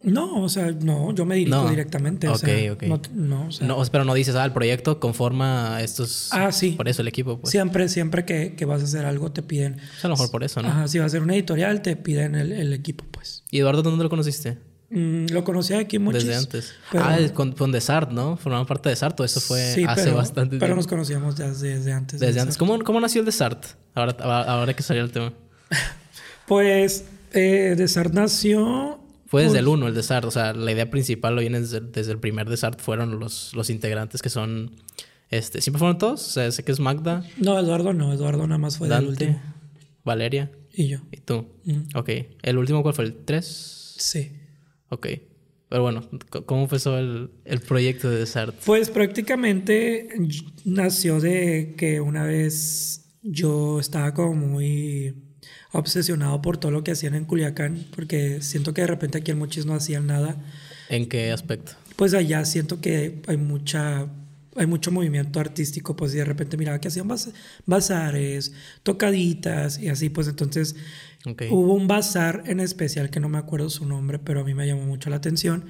No, o sea, no, yo me dirijo No. directamente. O Ok, sea, ok. No, no, o sea, No, pero no dices, ah, el proyecto conforma estos... Ah, sí. Por eso el equipo, pues. siempre, siempre que, que vas a hacer algo te piden. Pues a lo mejor por eso, ¿no? Ajá, si vas a hacer una editorial, te piden el, el equipo, pues. ¿Y Eduardo dónde lo conociste? Mm, lo conocí aquí mucho. Desde antes. pero- Ah, es con, con Desart, ¿no? Formaban parte de Desart, o eso fue Sí, hace pero, bastante pero tiempo. nos conocíamos ya desde, desde antes. de Desde eso. antes. ¿Cómo, ¿Cómo nació el Desart? Ahora, ahora que salió el tema. Pues, eh, Desart nació. Fue desde pues, el uno, el Desart. O sea, la idea principal lo viene desde, desde el primer Desart. Fueron los, los integrantes que son... Este, ¿siempre fueron todos? O sea, sé que es Magda, No, Eduardo no. Eduardo nada más fue del Dante, último. Valeria Y yo. y tú. Mm, Ok. ¿El último cuál fue? ¿El tres? sí. Ok. Pero bueno, c- ¿cómo empezó el, el proyecto de Desart? Pues prácticamente y- nació de que una vez yo estaba como muy obsesionado por todo lo que hacían en Culiacán, porque siento que de repente aquí en Mochis no hacían nada. ¿En qué aspecto? Pues allá siento que hay mucha hay mucho movimiento artístico, pues y de repente miraba que hacían baz- bazares, tocaditas y así, pues entonces Ok. hubo un bazar en especial que no me acuerdo su nombre, pero a mí me llamó mucho la atención.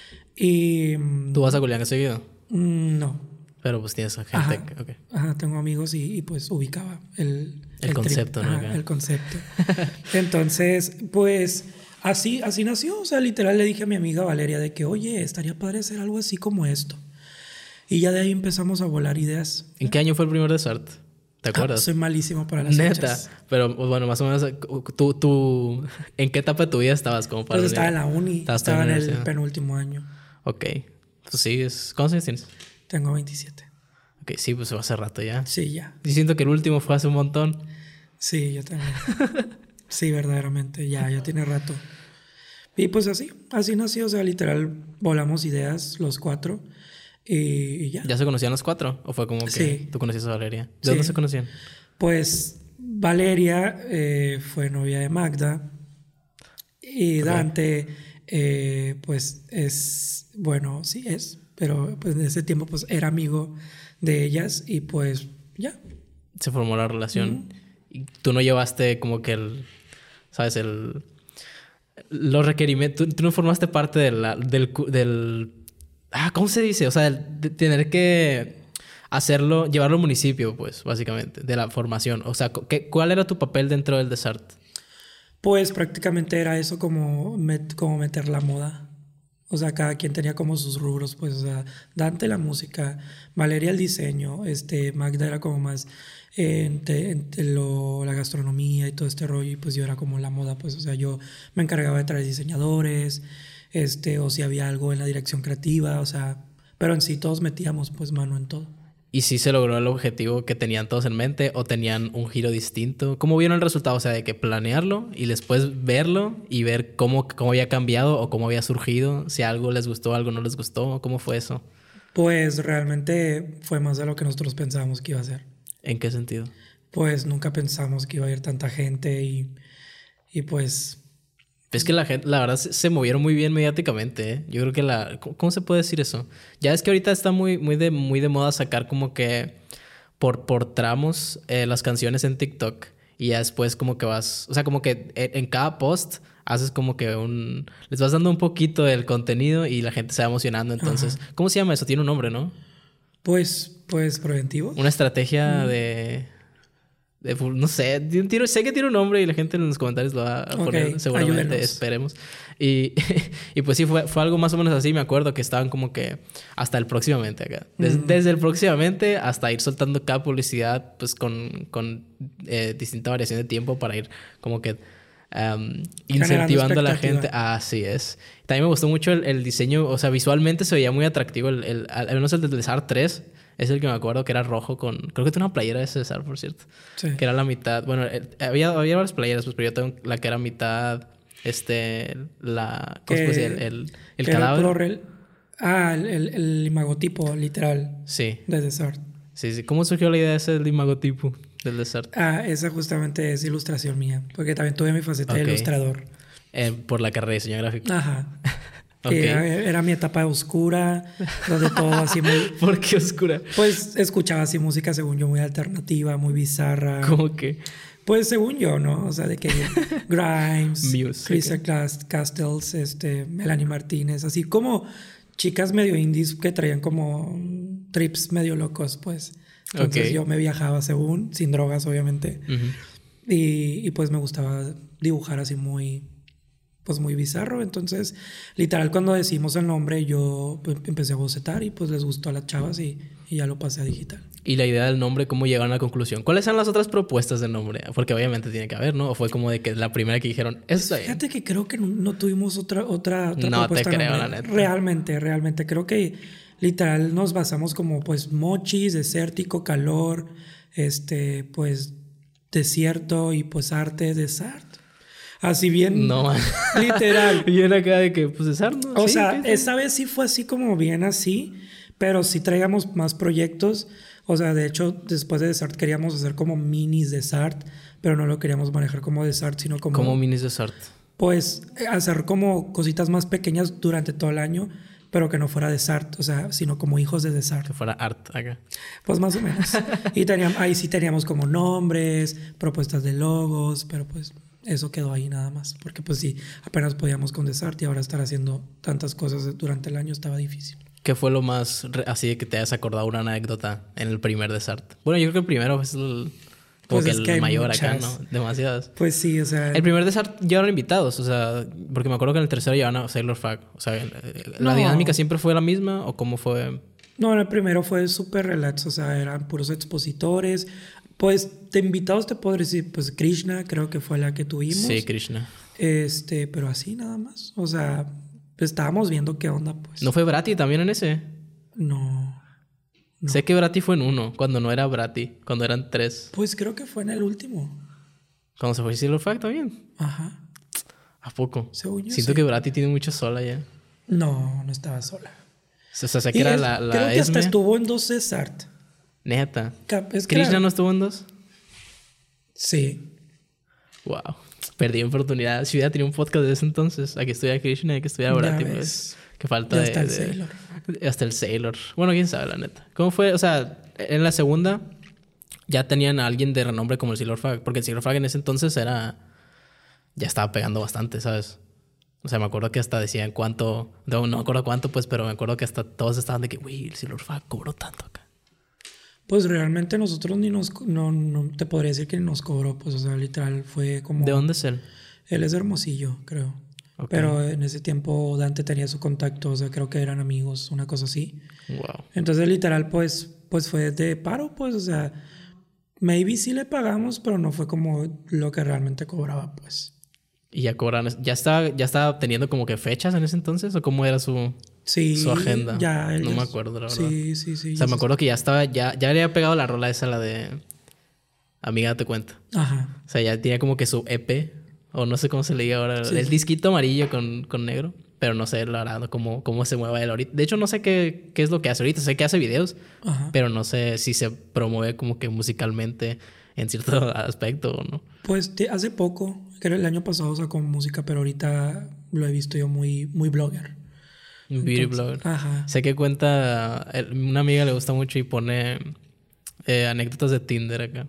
Y mm, ¿Tú vas a Culiacán seguido? mm, no. Pero pues tienes a gente... Ajá, Ok. ajá, tengo amigos y, y, pues ubicaba el, El trip, concepto, ¿no? ajá, Acá. el concepto. Entonces, pues así, así nació. O sea, literal le dije a mi amiga Valeria de que, oye, estaría padre hacer algo así como esto. Y ya de ahí empezamos a volar ideas. ¿En qué año fue el primer Desart? ¿Te Ah, acuerdas? soy malísimo para las Neta. fechas. Pero bueno, más o menos, tú, tú, ¿en qué etapa de tu vida estabas como para... Pues estaba en venir? la uni, Estabas estaba en en la el universidad. penúltimo año. Ok. Pues sí, es... ¿cuántos años tienes? Tengo veintisiete. Ok, sí, pues fue hace rato ya. Sí, ya. Y siento que el último fue hace un montón. Sí, yo también. Sí, verdaderamente. Ya, ya tiene rato. Y pues así, así nació. O sea, literal, volamos ideas los cuatro. Y, y ya. ¿Ya se conocían los cuatro? ¿O fue como que Sí. tú conocías a Valeria? ¿De Sí. dónde se conocían? Pues Valeria eh, fue novia de Magda. Y Ok. Dante, eh, pues es, bueno, sí es, pero pues en ese tiempo pues era amigo de ellas y pues ya. Se formó la relación. Y tú no llevaste como que el... ¿Sabes? El... Los requerimientos... Tú, tú no formaste parte de la, del, cu- del... Ah, ¿cómo se dice? O sea, el de tener que hacerlo... Llevarlo al municipio, pues, básicamente. De la formación. O sea, ¿qué, ¿cuál era tu papel dentro del Desart? Pues prácticamente era eso como, met- como meter la moda. O sea, cada quien tenía como sus rubros, pues, o sea, Dante la música, Valeria el diseño, este, Magda era como más eh, entre, entre lo, la gastronomía y todo este rollo, y pues yo era como la moda, pues, o sea, yo me encargaba de traer diseñadores, este, o si había algo en la dirección creativa, o sea, pero en sí todos metíamos pues mano en todo. ¿Y si se logró el objetivo que tenían todos en mente o tenían un giro distinto? ¿Cómo vieron el resultado? O sea, de que planearlo y después verlo y ver cómo, cómo había cambiado o cómo había surgido, si algo les gustó, algo no les gustó, ¿cómo fue eso? Pues realmente fue más de lo que nosotros pensábamos que iba a ser. ¿En qué sentido? Pues nunca pensamos que iba a ir tanta gente y, y pues... Es que la gente, la verdad, se, se movieron muy bien mediáticamente, ¿eh? Yo creo que la... ¿Cómo, cómo se puede decir eso? Ya es que ahorita está muy, muy, de, muy de moda sacar como que por, por tramos eh, las canciones en TikTok y ya después como que vas... O sea, como que en, en cada post haces como que un... Les vas dando un poquito del contenido y la gente se va emocionando. Entonces, Ajá. ¿cómo se llama eso? Tiene un nombre, ¿no? Pues, pues preventivo. Una estrategia de... de fu- no sé, tiene- tiene- sé que tiene un nombre y la gente en los comentarios lo va a Ok, poner seguramente, ayúdenos. esperemos. Y, y pues sí, fue, fue algo más o menos así, me acuerdo que estaban como que hasta el próximamente acá. Des- Mm. Desde el próximamente hasta ir soltando cada publicidad pues con, con eh, distinta variación de tiempo para ir como que um, incentivando a la expectativa. gente. Así es. También me gustó mucho el, el diseño, o sea, visualmente se veía muy atractivo. El, el, al menos el del Desart tres es el que me acuerdo que era rojo con... Creo que tenía una playera de César, por cierto. Sí. Que era la mitad... Bueno, el- había, había varias playeras, pues, pero yo tengo la que era mitad... Este... La... ¿Cómo se puede decir? El, el, el Que era cadáver. puro rel- Ah, el, el, el imagotipo literal Sí. de Desart. Sí, sí. ¿Cómo surgió la idea de ese imagotipo del Desart? Ah, esa justamente es ilustración mía. Porque también tuve mi faceta de Ok. ilustrador. Eh, por la carrera de diseño gráfico. Ajá. Ok. Que era, era mi etapa oscura, donde todo así muy... ¿Por qué oscura? Pues escuchaba así música, según yo, muy alternativa, muy bizarra. ¿Cómo que? Pues según yo, ¿no? O sea, de que Grimes, Music. Crystal Cast- Castles, este, Melanie Martínez, así como chicas medio indies que traían como trips medio locos, pues. Entonces Ok. yo me viajaba según, sin drogas, obviamente. Ujú. Y, y pues me gustaba dibujar así muy, pues muy bizarro. Entonces, literal, cuando decimos el nombre, yo pues, empecé a bocetar y pues les gustó a las chavas y, y ya lo pasé a digital. Y la idea del nombre, ¿cómo llegaron a la conclusión? ¿Cuáles eran las otras propuestas del nombre? Porque obviamente tiene que haber, ¿no? ¿O fue como de que la primera que dijeron, eso está bien? Fíjate que creo que no, no tuvimos otra, otra, otra No te propuesta de creo, nombre. la neta. Realmente, realmente. Creo que literal nos basamos como pues mochis, desértico, calor, este, pues desierto y pues arte, desert. Así bien, No, literal. Bien acá de que, pues, es Arno. O sí, sea, ¿qué? esta vez sí fue así como bien así, pero sí traíamos más proyectos. O sea, de hecho, después de Desart queríamos hacer como minis Desart, pero no lo queríamos manejar como Desart, sino como... Como minis desert. Pues hacer como cositas más pequeñas durante todo el año, pero que no fuera Desart, o sea, sino como hijos de Desart. Que fuera art acá. Pues más o menos. Y teníamos, ahí sí teníamos como nombres, propuestas de logos, pero pues eso quedó ahí nada más. Porque pues sí, apenas podíamos con Desart y ahora estar haciendo tantas cosas durante el año estaba difícil. ¿Qué fue lo más re- así de que te hayas acordado una anécdota en el primer desert? Bueno, yo creo que el primero es el, como Pues que es el que hay mayor acá, muchas. ¿no? Demasiadas. Pues sí, o sea... El primer desert llevaron invitados, o sea, porque me acuerdo que en el tercero llevaban a Sailor Fag. O sea, ¿la No. dinámica siempre fue la misma o cómo fue? No, el primero fue súper relax, o sea, eran puros expositores. Pues de invitados te puedo decir, pues Krishna creo que fue la que tuvimos. Sí, Krishna. Este, pero así nada más. O sea, estábamos viendo qué onda, pues. ¿No fue Brati también en ese? No. No. Sé que Brati fue en uno, cuando no era Brati, cuando eran tres. Pues creo que fue en el último. Cuando se fue Sailor Fag también. Ajá. ¿A poco? Según yo, Siento sí. que Brati tiene mucha sola ya. No, no estaba sola. O sea, sé que Y era es- la, la creo que hasta Esme. estuvo en dos Césart. Neta. Cap- es que ¿Krishna era- no estuvo en dos? Sí. Wow. Perdí oportunidad. Si hubiera tenido un podcast de ese entonces, aquí estuviera Krishna y aquí estuviera Ya Brati. ves. Pues. Que falta Y de... hasta el de- Sailor. Hasta el Sailor. Bueno, quién sabe, la neta. ¿Cómo fue? O sea, en la segunda ya tenían a alguien de renombre como el Sailor Fag. Porque el Sailor Fag en ese entonces era... Ya estaba pegando bastante, ¿sabes? O sea, me acuerdo que hasta decían cuánto... No, no me acuerdo cuánto, pues, pero me acuerdo que hasta todos estaban de que... Güey, el Sailor Fag cobró tanto acá. Pues realmente nosotros ni nos... co- No, no te podría decir que nos cobró. Pues, o sea, literal fue como... ¿De dónde es él? Él es de Hermosillo, creo. Ok. Pero en ese tiempo Dante tenía su contacto. O sea, creo que eran amigos, una cosa así. Wow. Entonces, literal, pues, pues fue de paro, pues, o sea... Maybe sí le pagamos, pero no fue como lo que realmente cobraba, pues. Y ya cobran... ¿Ya estaba, ya estaba teniendo como que fechas en ese entonces? ¿O cómo era su, Sí. su agenda? Ya, él No ya- me acuerdo, la verdad. Sí, sí, sí. O sea, ya me se- acuerdo que ya estaba... Ya, ya le había pegado la rola esa, la de... Amiga, te cuento. Ajá. O sea, ya tenía como que su E P. O no sé cómo se le diga ahora. Sí, el sí. disquito amarillo con, con negro. Pero no sé, la verdad, cómo, cómo se mueva él ahorita. De hecho, no sé qué, qué es lo que hace ahorita. Sé que hace videos. Ajá. Pero no sé si se promueve como que musicalmente en cierto aspecto o no. Pues te- hace poco, creo el año pasado sacó música, pero ahorita lo he visto yo muy, muy blogger. Un beauty Entonces, blogger. Ajá. Sé que cuenta... el- Una amiga le gusta mucho y pone eh, anécdotas de Tinder acá.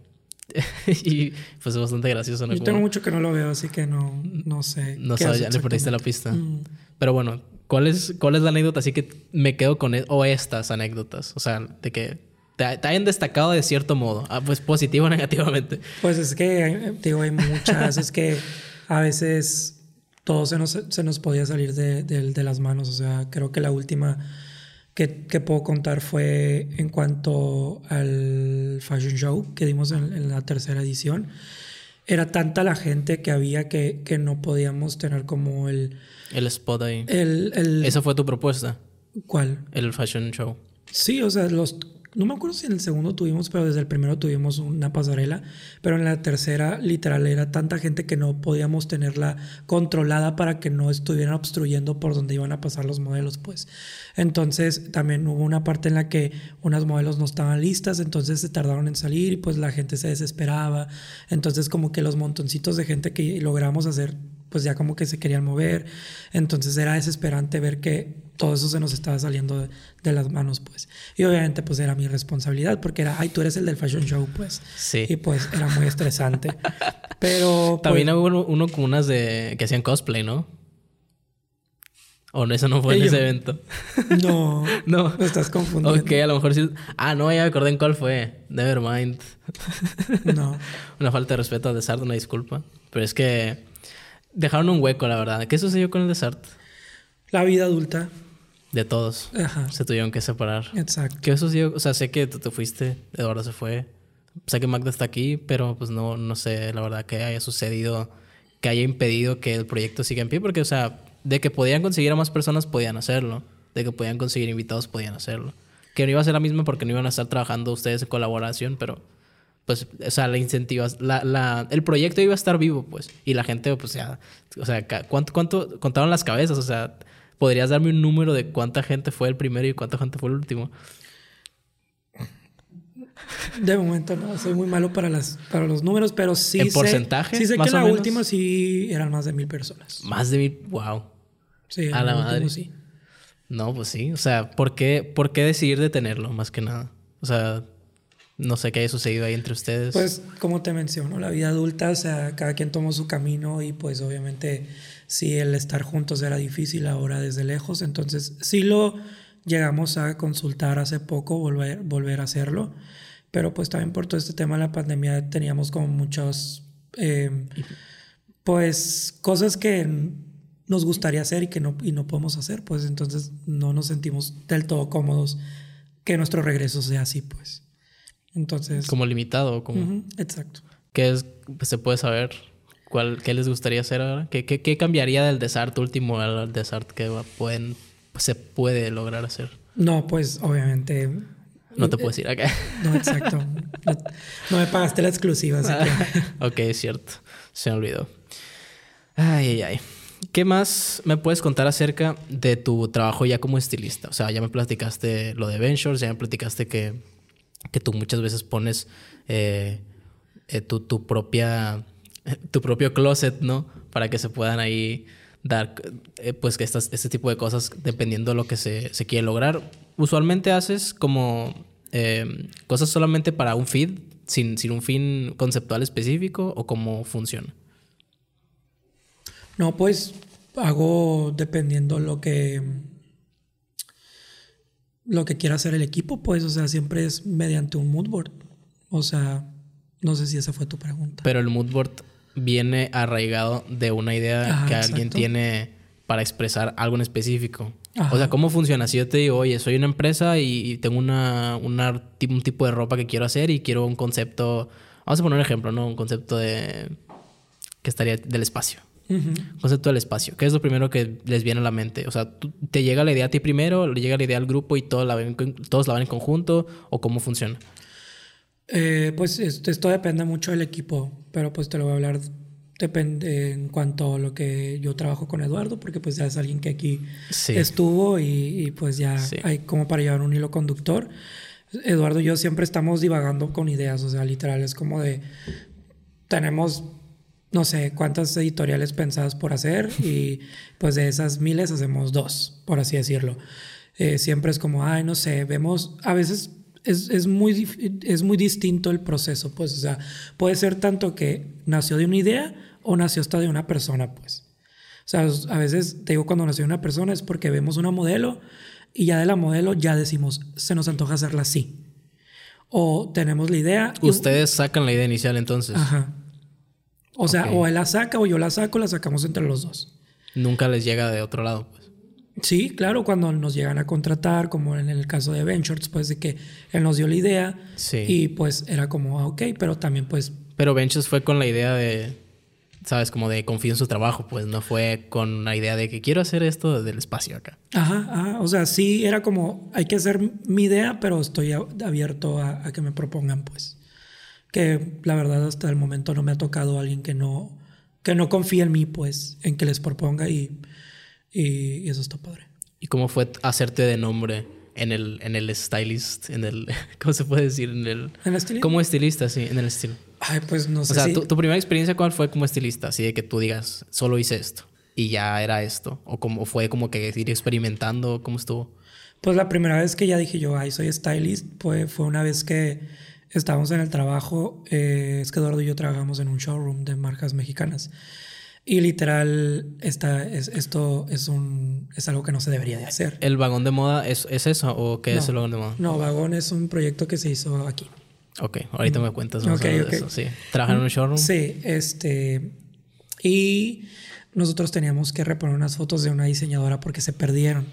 Y pues es bastante gracioso, ¿no? Yo Como- tengo mucho que no lo veo, así que no, no sé. No qué sabes, hace ya le perdiste la exactamente. pista. Mm. Pero bueno, ¿cuál es, ¿cuál es la anécdota? Así que me quedo con... e- o estas anécdotas. O sea, de que te, te hayan destacado de cierto modo. Ah, pues positivo o negativamente. Pues es que, eh, digo, hay muchas. Es que a veces todo se nos, se nos podía salir de, de- de las manos. O sea, creo que la última que, que puedo contar fue en cuanto al fashion show que dimos en, en la tercera edición. Era tanta la gente que había que, que no podíamos tener como el... El spot ahí. el, el Esa fue tu propuesta. ¿Cuál? El fashion show. Sí, o sea, los... No me acuerdo si en el segundo tuvimos, pero desde el primero tuvimos una pasarela. Pero en la tercera, literal, era tanta gente que no podíamos tenerla controlada para que no estuvieran obstruyendo por donde iban a pasar los modelos, pues. Entonces, también hubo una parte en la que unas modelos no estaban listas, entonces se tardaron en salir y pues la gente se desesperaba. Entonces, como que los montoncitos de gente que logramos hacer pues ya como que se querían mover. Entonces era desesperante ver que todo eso se nos estaba saliendo de, de las manos, pues. Y obviamente, pues era mi responsabilidad porque era, ay, tú eres el del fashion show, pues. Sí. Y pues era muy estresante. Pero... También pues, hubo uno, uno con unas de que hacían cosplay, ¿no? ¿O no, eso no fue en Ello. ese evento? No, No. me estás confundiendo. Ok, a lo mejor sí. Ah, no, ya me acordé en cuál fue. Nevermind. No. Una falta de respeto al Desart, una disculpa. Pero es que dejaron un hueco, la verdad. ¿Qué sucedió con el Desart? La vida adulta. De todos. Ajá. Se tuvieron que separar. Exacto. ¿Qué sucedió? O sea, sé que tú te fuiste, Eduardo se fue. Sé que Magda está aquí, pero pues no, no sé, la verdad, que haya sucedido, que haya impedido que el proyecto siga en pie. Porque, o sea, de que podían conseguir a más personas, podían hacerlo. De que podían conseguir invitados, podían hacerlo. Que no iba a ser la misma porque no iban a estar trabajando ustedes en colaboración, pero... Pues, o sea, la incentiva... La, la, el proyecto iba a estar vivo, pues. Y la gente, pues, ya... O sea, ¿cuánto, cuánto contaron las cabezas? O sea, ¿podrías darme un número de cuánta gente fue el primero y cuánta gente fue el último? De momento no, soy muy malo para las para los números, pero sí ¿En sé... porcentaje, Sí sé más que o la menos? última sí eran más de mil personas. Más de mil... Wow. Sí, A la el último madre. sí. No, pues sí. O sea, ¿por qué, ¿por qué decidir detenerlo, más que nada? O sea... No sé qué haya sucedido ahí entre ustedes. Pues, como te menciono, la vida adulta, o sea, cada quien tomó su camino y pues obviamente sí, el estar juntos era difícil ahora desde lejos. Entonces, sí lo llegamos a consultar hace poco, volver, volver a hacerlo. Pero pues también por todo este tema de la pandemia teníamos como muchas, eh, pues, cosas que nos gustaría hacer y que no, y no podemos hacer. Pues entonces no nos sentimos del todo cómodos que nuestro regreso sea así, pues. Entonces... Como limitado, o como... Uh-huh, exacto. ¿Qué es, pues, se puede saber? ¿Cuál, ¿Qué les gustaría hacer ahora? ¿Qué, qué, qué cambiaría del Desart último al Desart que pueden, pues, se puede lograr hacer? No, pues obviamente... No te puedo decir acá. No, exacto. No, no me pagaste la exclusiva, así que... Ok, es cierto. Se me olvidó. Ay, ay, ay. ¿Qué más me puedes contar acerca de tu trabajo ya como estilista? O sea, ya me platicaste lo de Ventures, ya me platicaste que... que tú muchas veces pones eh, eh, tu, tu propia tu propio closet, ¿no? Para que se puedan ahí dar eh, pues que estas, este tipo de cosas dependiendo de lo que se, se quiere lograr. Usualmente haces como eh, cosas solamente para un feed sin, sin un fin conceptual específico, o cómo funciona. No, pues hago dependiendo lo que... lo que quiera hacer el equipo, pues, o sea, siempre es mediante un mood board. O sea, no sé si esa fue tu pregunta. Pero el mood board viene arraigado de una idea Ajá, que exacto. alguien tiene para expresar algo en específico. Ajá. O sea, ¿cómo funciona? Si yo te digo, oye, soy una empresa y, y tengo una, una, un tipo de ropa que quiero hacer y quiero un concepto... Vamos a poner un ejemplo, ¿no? Un concepto de... que estaría del espacio. Uh-huh. Concepto del espacio. ¿Qué es lo primero que les viene a la mente? O sea, ¿tú, ¿te llega la idea a ti primero? ¿Le llega la idea al grupo y todos la ven, todos la ven en conjunto? ¿O cómo funciona? Eh, pues esto, esto depende mucho del equipo, pero pues te lo voy a hablar depende en cuanto a lo que yo trabajo con Eduardo, porque pues ya es alguien que aquí Sí. estuvo y, y pues ya Sí. hay como para llevar un hilo conductor. Eduardo y yo siempre estamos divagando con ideas, o sea, literal es como de tenemos no sé cuántas editoriales pensadas por hacer y pues de esas miles hacemos dos, por así decirlo. Eh, siempre es como, ay, no sé, vemos, a veces es, es, muy, es muy distinto el proceso, pues, o sea, puede ser tanto que nació de una idea o nació hasta de una persona, pues. O sea, a veces, te digo, cuando nació una persona es porque vemos una modelo y ya de la modelo ya decimos, se nos antoja hacerla así. O tenemos la idea. Ustedes y... sacan la idea inicial entonces. Ajá. O sea, Okay. o él la saca o yo la saco, la sacamos entre los dos. Nunca les llega de otro lado, pues. Sí, claro, cuando nos llegan a contratar, como en el caso de Ventures, pues de que él nos dio la idea sí. y pues era como, ah, ok, pero también pues... Pero Ventures fue con la idea de, ¿sabes? Como de confío en su trabajo, pues no fue con la idea de que quiero hacer esto del espacio acá. Ajá, ajá, o sea, sí era como, hay que hacer mi idea, pero estoy abierto a, a que me propongan, pues. Que la verdad hasta el momento no me ha tocado alguien que no, que no confíe en mí, pues, en que les proponga y... Y, y eso está padre. ¿Y cómo fue hacerte de nombre en el, en el stylist? En el, ¿cómo se puede decir? En el, ¿En el estilo? Como estilista, sí, en el estilo. Ay, pues no sé O sea, si... tu, tu primera experiencia, ¿cuál fue como estilista? Así de que tú digas, solo hice esto y ya era esto. O como fue como que ir experimentando, ¿cómo estuvo? Pues la primera vez que ya dije yo, ay, soy stylist, pues fue una vez que estábamos en el trabajo. Eh, es que Eduardo y yo trabajamos en un showroom de marcas mexicanas. Y literal, esta, es, esto es, un, es algo que no se debería de hacer. ¿El vagón de moda es, es eso o qué no, es el vagón de moda? No, Vagón es un proyecto que se hizo aquí. Ok, ahorita me cuentas más okay, de okay. eso. Sí. ¿Trabajan en un showroom? Sí, este... Y nosotros teníamos que reponer unas fotos de una diseñadora porque se perdieron.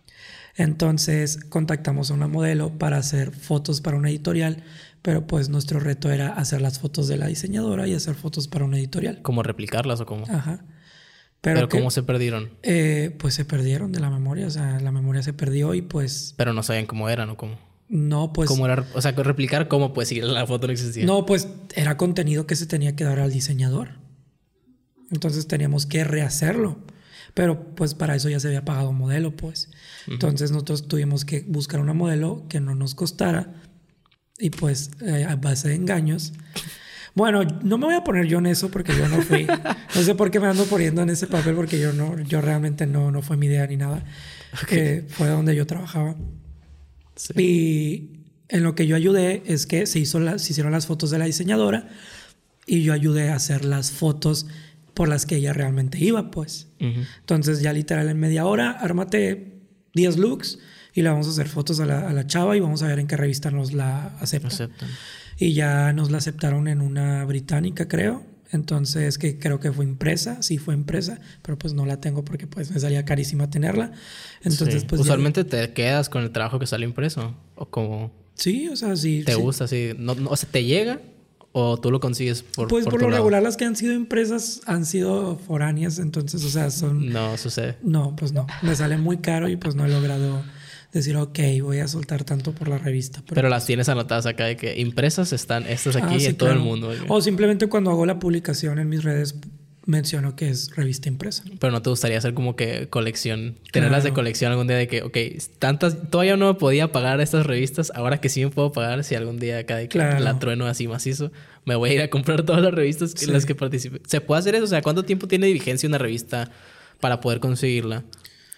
Entonces contactamos a una modelo para hacer fotos para una editorial, pero pues nuestro reto era hacer las fotos de la diseñadora y hacer fotos para una editorial. ¿Cómo replicarlas o cómo? Ajá. Pero, Pero que, ¿cómo se perdieron? Eh, pues se perdieron de la memoria, o sea, la memoria se perdió y pues... Pero no sabían cómo eran o cómo. No, pues... ¿Cómo era? O sea, replicar cómo, pues si la foto no existía. No, pues era contenido que se tenía que dar al diseñador. Entonces teníamos que rehacerlo. Pero pues para eso ya se había pagado un modelo, pues. Uh-huh. Entonces nosotros tuvimos que buscar una modelo que no nos costara. Y pues eh, a base de engaños. Bueno, no me voy a poner yo en eso porque yo no fui. No sé por qué me ando poniendo en ese papel porque yo no, yo realmente no, no fue mi idea ni nada. Okay. Eh, fue donde yo trabajaba. Sí. Y en lo que yo ayudé es que se, hizo la, se hicieron las fotos de la diseñadora y yo ayudé a hacer las fotos por las que ella realmente iba, pues. Uh-huh. Entonces ya literal en media hora, ármate diez looks y le vamos a hacer fotos a la, a la chava y vamos a ver en qué revista nos la aceptan. aceptan. Y ya nos la aceptaron en una británica, creo. Entonces, que creo que fue impresa. Sí, fue impresa. Pero pues no la tengo porque pues me salía carísima tenerla. Entonces, sí. pues Usualmente ya... te quedas con el trabajo que sale impreso. O como... Sí, o sea, sí. ¿Te sí. gusta? Sí. No, no, o sea, ¿te llega? ¿O tú lo consigues por Pues por, por lo lado? regular las que han sido impresas han sido foráneas. Entonces, o sea, son... No sucede. No, pues no. Me sale muy caro y pues no he logrado... decir, ok, voy a soltar tanto por la revista. Pero, pero las tienes anotadas acá de que impresas están estas aquí ah, sí, en todo claro. el mundo. O simplemente cuando hago la publicación en mis redes menciono que es revista impresa. Pero no te gustaría hacer como que colección, tenerlas claro. de colección algún día de que, ok, tantas, todavía no me podía pagar estas revistas, ahora que sí me puedo pagar, si algún día acá de que claro. la trueno así macizo, me voy a ir a comprar todas las revistas sí. en las que participé. ¿Se puede hacer eso? O sea, ¿cuánto tiempo tiene de vigencia una revista para poder conseguirla?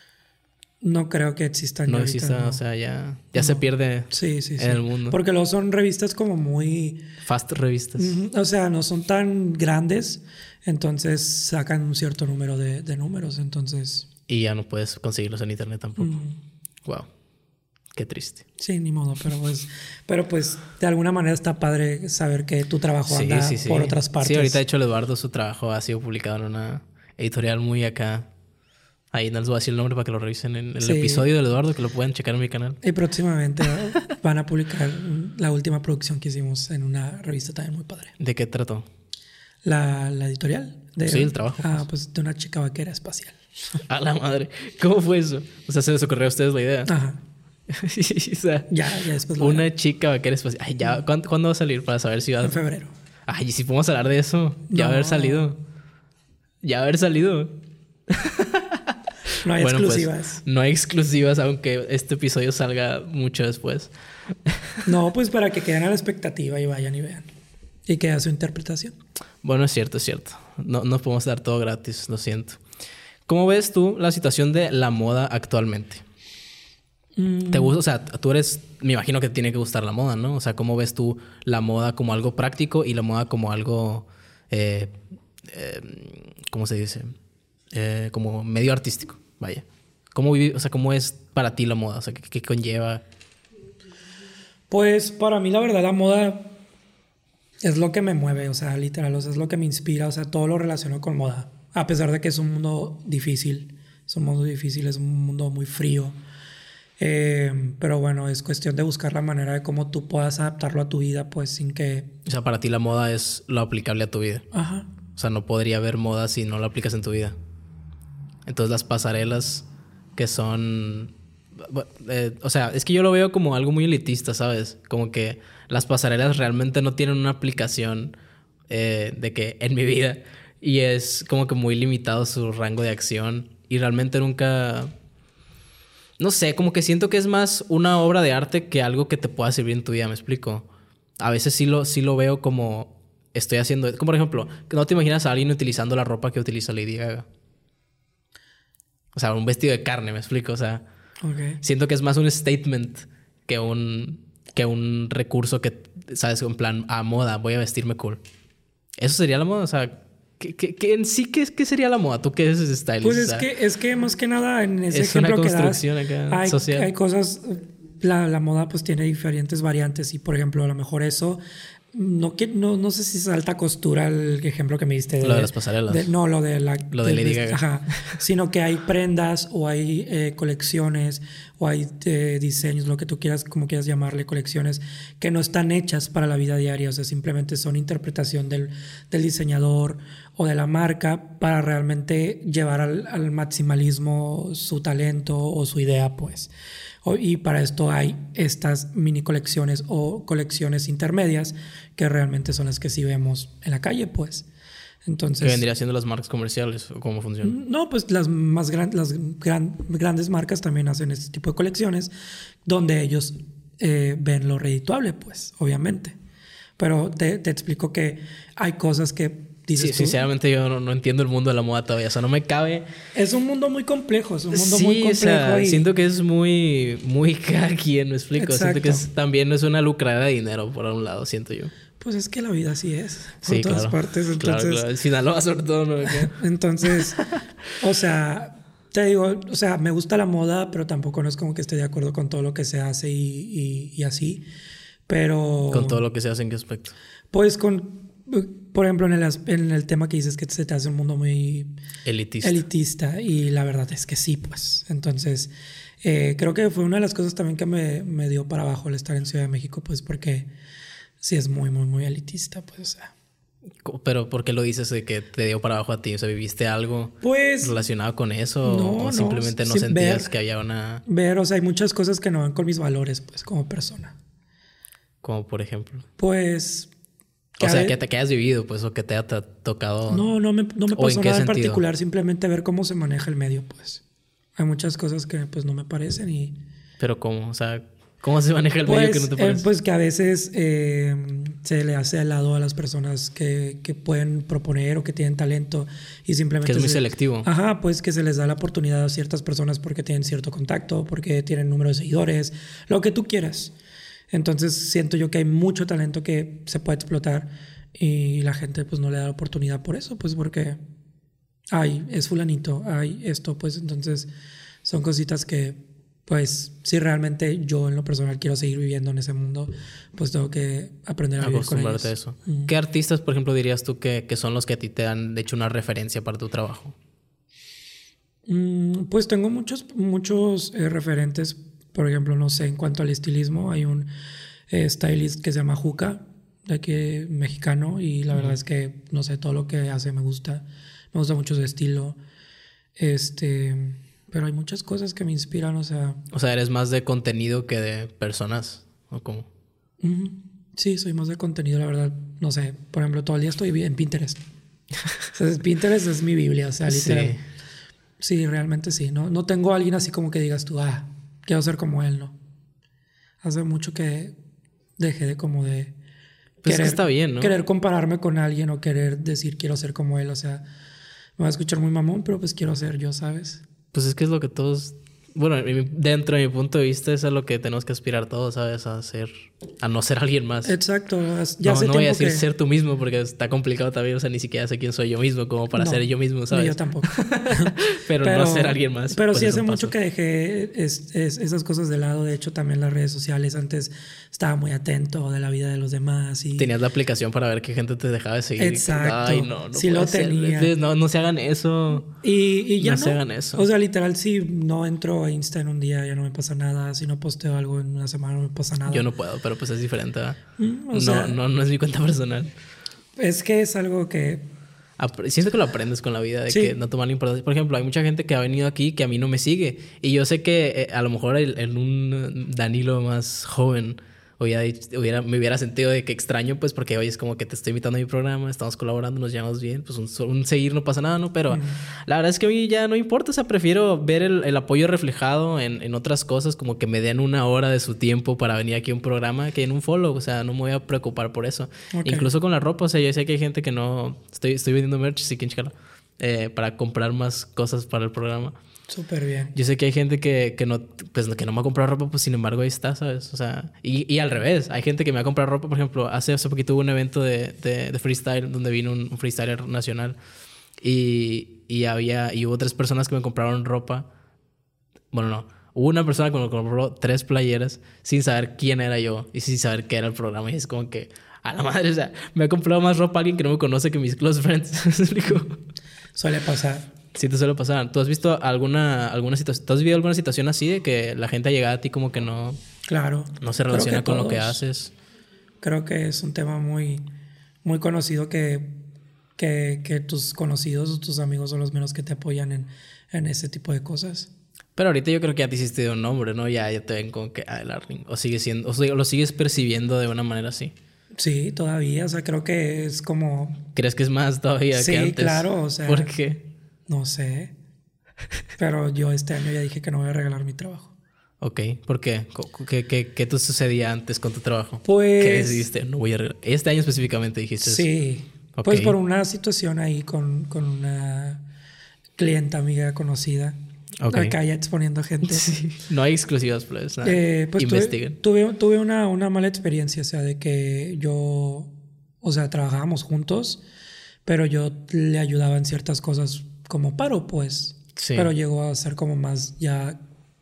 No creo que existan. No exista, no. O sea, ya, ya no. se pierde sí, sí, en sí. el mundo. Porque luego son revistas como muy... Fast revistas. O sea, no son tan grandes, entonces sacan un cierto número de, de números, entonces... Y ya no puedes conseguirlos en internet tampoco. Mm. Wow. Qué triste. Sí, ni modo, pero pues... Pero pues, de alguna manera está padre saber que tu trabajo anda sí, sí, sí. por otras partes. Sí, ahorita de hecho el Eduardo, su trabajo ha sido publicado en una editorial muy acá... Ahí no les voy a decir el nombre para que lo revisen en el sí. episodio del Eduardo, que lo pueden checar en mi canal. Y próximamente van a publicar la última producción que hicimos en una revista también muy padre. ¿De qué trató? La, la editorial. De, sí, el trabajo. Ah, pues. pues de una chica vaquera espacial. A la madre. ¿Cómo fue eso? O sea, ¿se les ocurrió a ustedes la idea? Ajá. o sea, ya, ya después lo Una verán. chica vaquera espacial. Ay, ya. ¿Cuándo, ¿Cuándo va a salir? Para saber si va a... En febrero. Ay, ¿y si podemos hablar de eso? Ya no. haber salido. Ya haber salido. No hay bueno, exclusivas. Pues, no hay exclusivas, aunque este episodio salga mucho después. No, pues para que queden a la expectativa y vayan y vean. Y que haga su interpretación. Bueno, es cierto, es cierto. No nos podemos dar todo gratis, lo siento. ¿Cómo ves tú la situación de la moda actualmente? Mm. ¿Te gusta? O sea, tú eres... Me imagino que te tiene que gustar la moda, ¿no? O sea, ¿cómo ves tú la moda como algo práctico y la moda como algo... Eh, eh, ¿Cómo se dice? Eh, como medio artístico. Vaya. ¿Cómo vive, o sea, cómo es para ti la moda? O sea, ¿qué, qué conlleva? Pues para mí la verdad la moda es lo que me mueve, o sea, literal, o sea, es lo que me inspira, o sea, todo lo relaciono con moda. A pesar de que es un mundo difícil, es un mundo difícil, es un mundo muy frío. Eh, pero bueno, es cuestión de buscar la manera de cómo tú puedas adaptarlo a tu vida, pues sin que... O sea, para ti la moda es lo aplicable a tu vida. Ajá. O sea, no podría haber moda si no lo aplicas en tu vida. Entonces las pasarelas que son... Eh, o sea, es que yo lo veo como algo muy elitista, ¿sabes? Como que las pasarelas realmente no tienen una aplicación eh, de que en mi vida. Y es como que muy limitado su rango de acción. Y realmente nunca... No sé, como que siento que es más una obra de arte que algo que te pueda servir en tu vida, ¿me explico? A veces sí lo, sí lo veo como... estoy haciendo... Como por ejemplo, ¿no te imaginas a alguien utilizando la ropa que utiliza Lady Gaga? O sea, un vestido de carne, ¿me explico? O sea, Okay. siento que es más un statement que un, que un recurso que, ¿sabes? En plan, a moda, voy a vestirme cool. ¿Eso sería la moda? O sea, ¿qué, qué, qué en sí qué, qué sería la moda? ¿Tú qué eres stylist? Pues o es sea, que, es que más que nada en ese es una ejemplo que das, construcción acá hay, social. hay cosas... La, la moda pues tiene diferentes variantes y por ejemplo a lo mejor eso... No, que, no, no sé si es alta costura el ejemplo que me diste. De, lo de las pasarelas. De, no, lo de la... Lo de, de Lady Gaga. Ajá. Sino que hay prendas o hay eh, colecciones o hay eh, diseños, lo que tú quieras, como quieras llamarle, colecciones que no están hechas para la vida diaria. O sea, simplemente son interpretación del, del diseñador o de la marca para realmente llevar al, al maximalismo su talento o su idea, pues. Y para esto hay estas mini colecciones o colecciones intermedias que realmente son las que sí vemos en la calle, pues. Entonces, ¿qué vendría siendo las marcas comerciales o cómo funciona? No, pues las más gran, las gran, grandes marcas también hacen este tipo de colecciones donde ellos eh, ven lo redituable, pues, obviamente. Pero te, te explico que hay cosas que dices Sí, tú, sinceramente yo no, no entiendo el mundo de la moda todavía. O sea, no me cabe... Es un mundo muy complejo, es un mundo sí, muy complejo. O sea, y... siento que es muy... Muy cada quien, me explico. Exacto. Siento que es, también es una lucrada de dinero, por un lado, siento yo. Pues es que la vida así es. Por Sí, todas claro. partes. Entonces, Claro, claro. El Sinaloa sobre todo, ¿no? Entonces, o sea... Te digo, o sea, me gusta la moda, pero tampoco no es como que esté de acuerdo con todo lo que se hace y, y, y así. Pero... Con todo lo que se hace, ¿en qué aspecto? Pues con... Por ejemplo, en el, en el tema que dices que se te hace un mundo muy... Elitista. Elitista. Y la verdad es que sí, pues. Entonces, eh, creo que fue una de las cosas también que me, me dio para abajo el estar en Ciudad de México, pues porque sí es muy, muy, muy elitista, pues, o sea... Pero ¿por qué lo dices de que te dio para abajo a ti? O sea, ¿viviste algo pues, relacionado con eso? No, ¿O simplemente no, no sentías ver, que había una...? Ver, o sea, hay muchas cosas que no van con mis valores, pues, como persona. Como por ejemplo... Pues... O sea, que te que hayas vivido, pues, o que te haya t- tocado... No, no me, no me pasó ¿en qué nada en sentido? particular. Simplemente ver cómo se maneja el medio, pues. Hay muchas cosas que, pues, no me parecen y... ¿Pero cómo? O sea, ¿cómo se maneja el pues, medio que no te parece? Eh, pues que a veces eh, se le hace al lado a las personas que, que pueden proponer o que tienen talento y simplemente... Que es muy se, selectivo. Ajá, pues que se les da la oportunidad a ciertas personas porque tienen cierto contacto, porque tienen número de seguidores, lo que tú quieras. Entonces siento yo que hay mucho talento que se puede explotar y la gente pues no le da la oportunidad por eso, pues porque ay, es fulanito, ay, esto, pues entonces son cositas que pues si realmente yo en lo personal quiero seguir viviendo en ese mundo, pues tengo que aprender a vivir con ellos. Acostumbrarte a eso. Mm. ¿Qué artistas, por ejemplo, dirías tú que, que son los que a ti te han hecho una referencia para tu trabajo? Mm, pues tengo muchos, muchos eh, referentes. Por ejemplo, no sé, en cuanto al estilismo, hay un eh, stylist que se llama Juca, de aquí mexicano, y la uh-huh. verdad es que, no sé, todo lo que hace me gusta. Me gusta mucho su estilo. Este, pero hay muchas cosas que me inspiran, o sea... O sea, ¿eres más de contenido que de personas? ¿O cómo? Uh-huh. Sí, soy más de contenido, la verdad. No sé, por ejemplo, todo el día estoy en Pinterest. O sea, Pinterest es mi Biblia, o sea, literal. Sí, sí realmente sí. No, no tengo a alguien así como que digas tú, ah... quiero ser como él, ¿no? Hace mucho que dejé de como de... Pues querer, es que está bien, ¿no? Querer compararme con alguien o querer decir quiero ser como él. O sea, me va a escuchar muy mamón, pero pues quiero ser yo, ¿sabes? Pues es que es lo que todos... Bueno, dentro de mi punto de vista es a lo que tenemos que aspirar todos, ¿sabes? A ser... A no ser alguien más. Exacto. Ya no sé no voy a decir que... ser tú mismo porque está complicado también. O sea, ni siquiera sé quién soy yo mismo como para no, ser yo mismo, ¿sabes? No, yo tampoco. pero, pero no ser alguien más. Pero pues sí hace mucho paso. que dejé es, es, esas cosas de lado. De hecho, también las redes sociales. Antes estaba muy atento de la vida de los demás. Y... Tenías la aplicación para ver qué gente te dejaba de seguir. Exacto. Ay, no, no sí lo tenía. Ser. No, no se hagan eso. Y, y ya no, no se hagan eso. O sea, literal, si no entro a Insta en un día, ya no me pasa nada. Si no posteo algo en una semana, no me pasa nada. Yo no puedo, pero pues es diferente, ¿verdad? Mm, o no, sea, no, no es mi cuenta personal. Es que es algo que... Siento que lo aprendes con la vida, de sí. que no tomar importancia. Por ejemplo, hay mucha gente que ha venido aquí que a mí no me sigue. Y yo sé que eh, a lo mejor en un Danilo más joven hubiera, hubiera, me hubiera sentido de que extraño, pues, porque hoy es como que te estoy invitando a mi programa, estamos colaborando, nos llevamos bien, pues un, un seguir no pasa nada, ¿no? Pero mm. la verdad es que a mí ya no importa, o sea, prefiero ver el, el apoyo reflejado en, en otras cosas, como que me den una hora de su tiempo para venir aquí a un programa que en un follow, o sea, no me voy a preocupar por eso. Okay. Incluso con la ropa, o sea, yo sé que hay gente que no... Estoy, estoy vendiendo merch, sí que checarlo, eh, para comprar más cosas para el programa. Súper bien. Yo sé que hay gente que, que, no, pues, que no me ha comprado ropa, pues sin embargo ahí está, ¿sabes? O sea, y, y al revés. Hay gente que me ha comprado ropa, por ejemplo, hace, hace poquito hubo un evento de, de, de freestyle donde vino un, un freestyler nacional y, y había y hubo tres personas que me compraron ropa. Bueno, no. Hubo una persona que me compró tres playeras sin saber quién era yo y sin saber qué era el programa. Y es como que, a la madre, o sea, me ha comprado más ropa alguien que no me conoce que mis close friends. Suele pasar. Sí, te suele pasar. ¿Tú has visto alguna, alguna situación? ¿Tú has vivido alguna situación así de que la gente ha llegado a ti como que no... Claro. No se relaciona con lo que haces? Creo que es un tema muy, muy conocido que, que, que tus conocidos o tus amigos son los menos que te apoyan en, en ese tipo de cosas. Pero ahorita yo creo que ya te hiciste un nombre, ¿no? Ya, ya te ven como que... Ah, el Arling. O sigue siendo... O sea, lo sigues percibiendo de una manera así. Sí, todavía. O sea, creo que es como... ¿Crees que es más todavía sí, que antes? Sí, claro. O sea... ¿Por qué? No sé. Pero yo este año ya dije que no voy a regalar mi trabajo. Ok. ¿Por qué? ¿Qué, qué, qué te sucedía antes con tu trabajo? Pues... ¿Qué decidiste? No voy a regalar. Este año específicamente dijiste sí. eso. Okay. Pues por una situación ahí con, con una clienta amiga conocida. Okay. Acá ya exponiendo gente. Sí. No hay exclusivas, pues. Eh, pues Investiguen. Tuve, tuve, tuve una, una mala experiencia. O sea, de que yo... O sea, trabajábamos juntos, pero yo le ayudaba en ciertas cosas como paro, pues. Sí. Pero llegó a ser como más ya...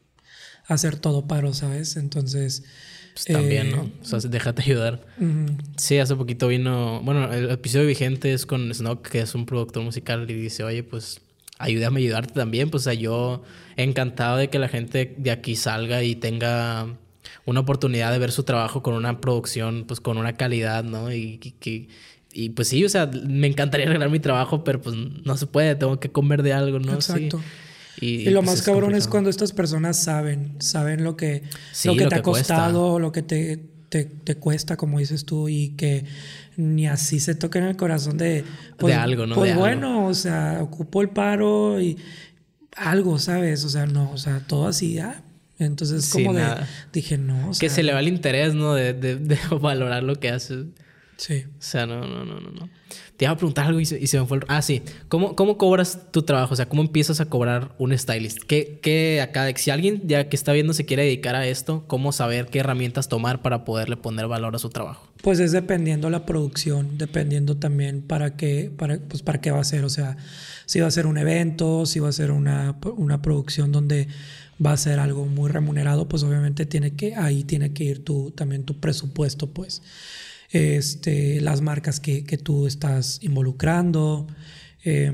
hacer todo paro, ¿sabes? Entonces... Pues también, eh, ¿no? O sea, déjate ayudar. Uh-huh. Sí, hace poquito vino... Bueno, el episodio vigente es con Snock, que es un productor musical, y dice, oye, pues... ayúdame a ayudarte también. Pues, o sea, yo encantado de que la gente de aquí salga y tenga una oportunidad de ver su trabajo con una producción, pues, con una calidad, ¿no? Y, y, y, y pues sí, o sea, me encantaría arreglar mi trabajo, pero pues no se puede. Tengo que comer de algo, ¿no? Exacto. Sí. Y, y lo pues más es cabrón complicado. es cuando estas personas saben, saben lo que, sí, lo que lo te que ha costado, cuesta. lo que te, te, te cuesta, como dices tú, y que ni así se toca en el corazón de... Pues, de algo, ¿no? Pues de bueno, algo. O sea, ocupó el paro y algo, ¿sabes? O sea, no, o sea, todo así, ah. Entonces, sí, como de... nada. Dije, no, o sea... Que se le va el interés, ¿no? De, de, de valorar lo que haces. Sí. O sea, no, no, no, no, no. Te iba a preguntar algo y se, y se me fue el... Ah, sí. ¿Cómo, ¿Cómo cobras tu trabajo? O sea, ¿cómo empiezas a cobrar un stylist? ¿Qué, qué acá... Si alguien ya que está viendo se quiere dedicar a esto, ¿cómo saber qué herramientas tomar para poderle poner valor a su trabajo? Pues es dependiendo la producción, dependiendo también para qué, para, pues para qué va a ser. O sea, si va a ser un evento, si va a ser una, una producción donde va a ser algo muy remunerado, pues obviamente tiene que, ahí tiene que ir tu, también tu presupuesto, pues. Este, las marcas que, que tú estás involucrando, eh,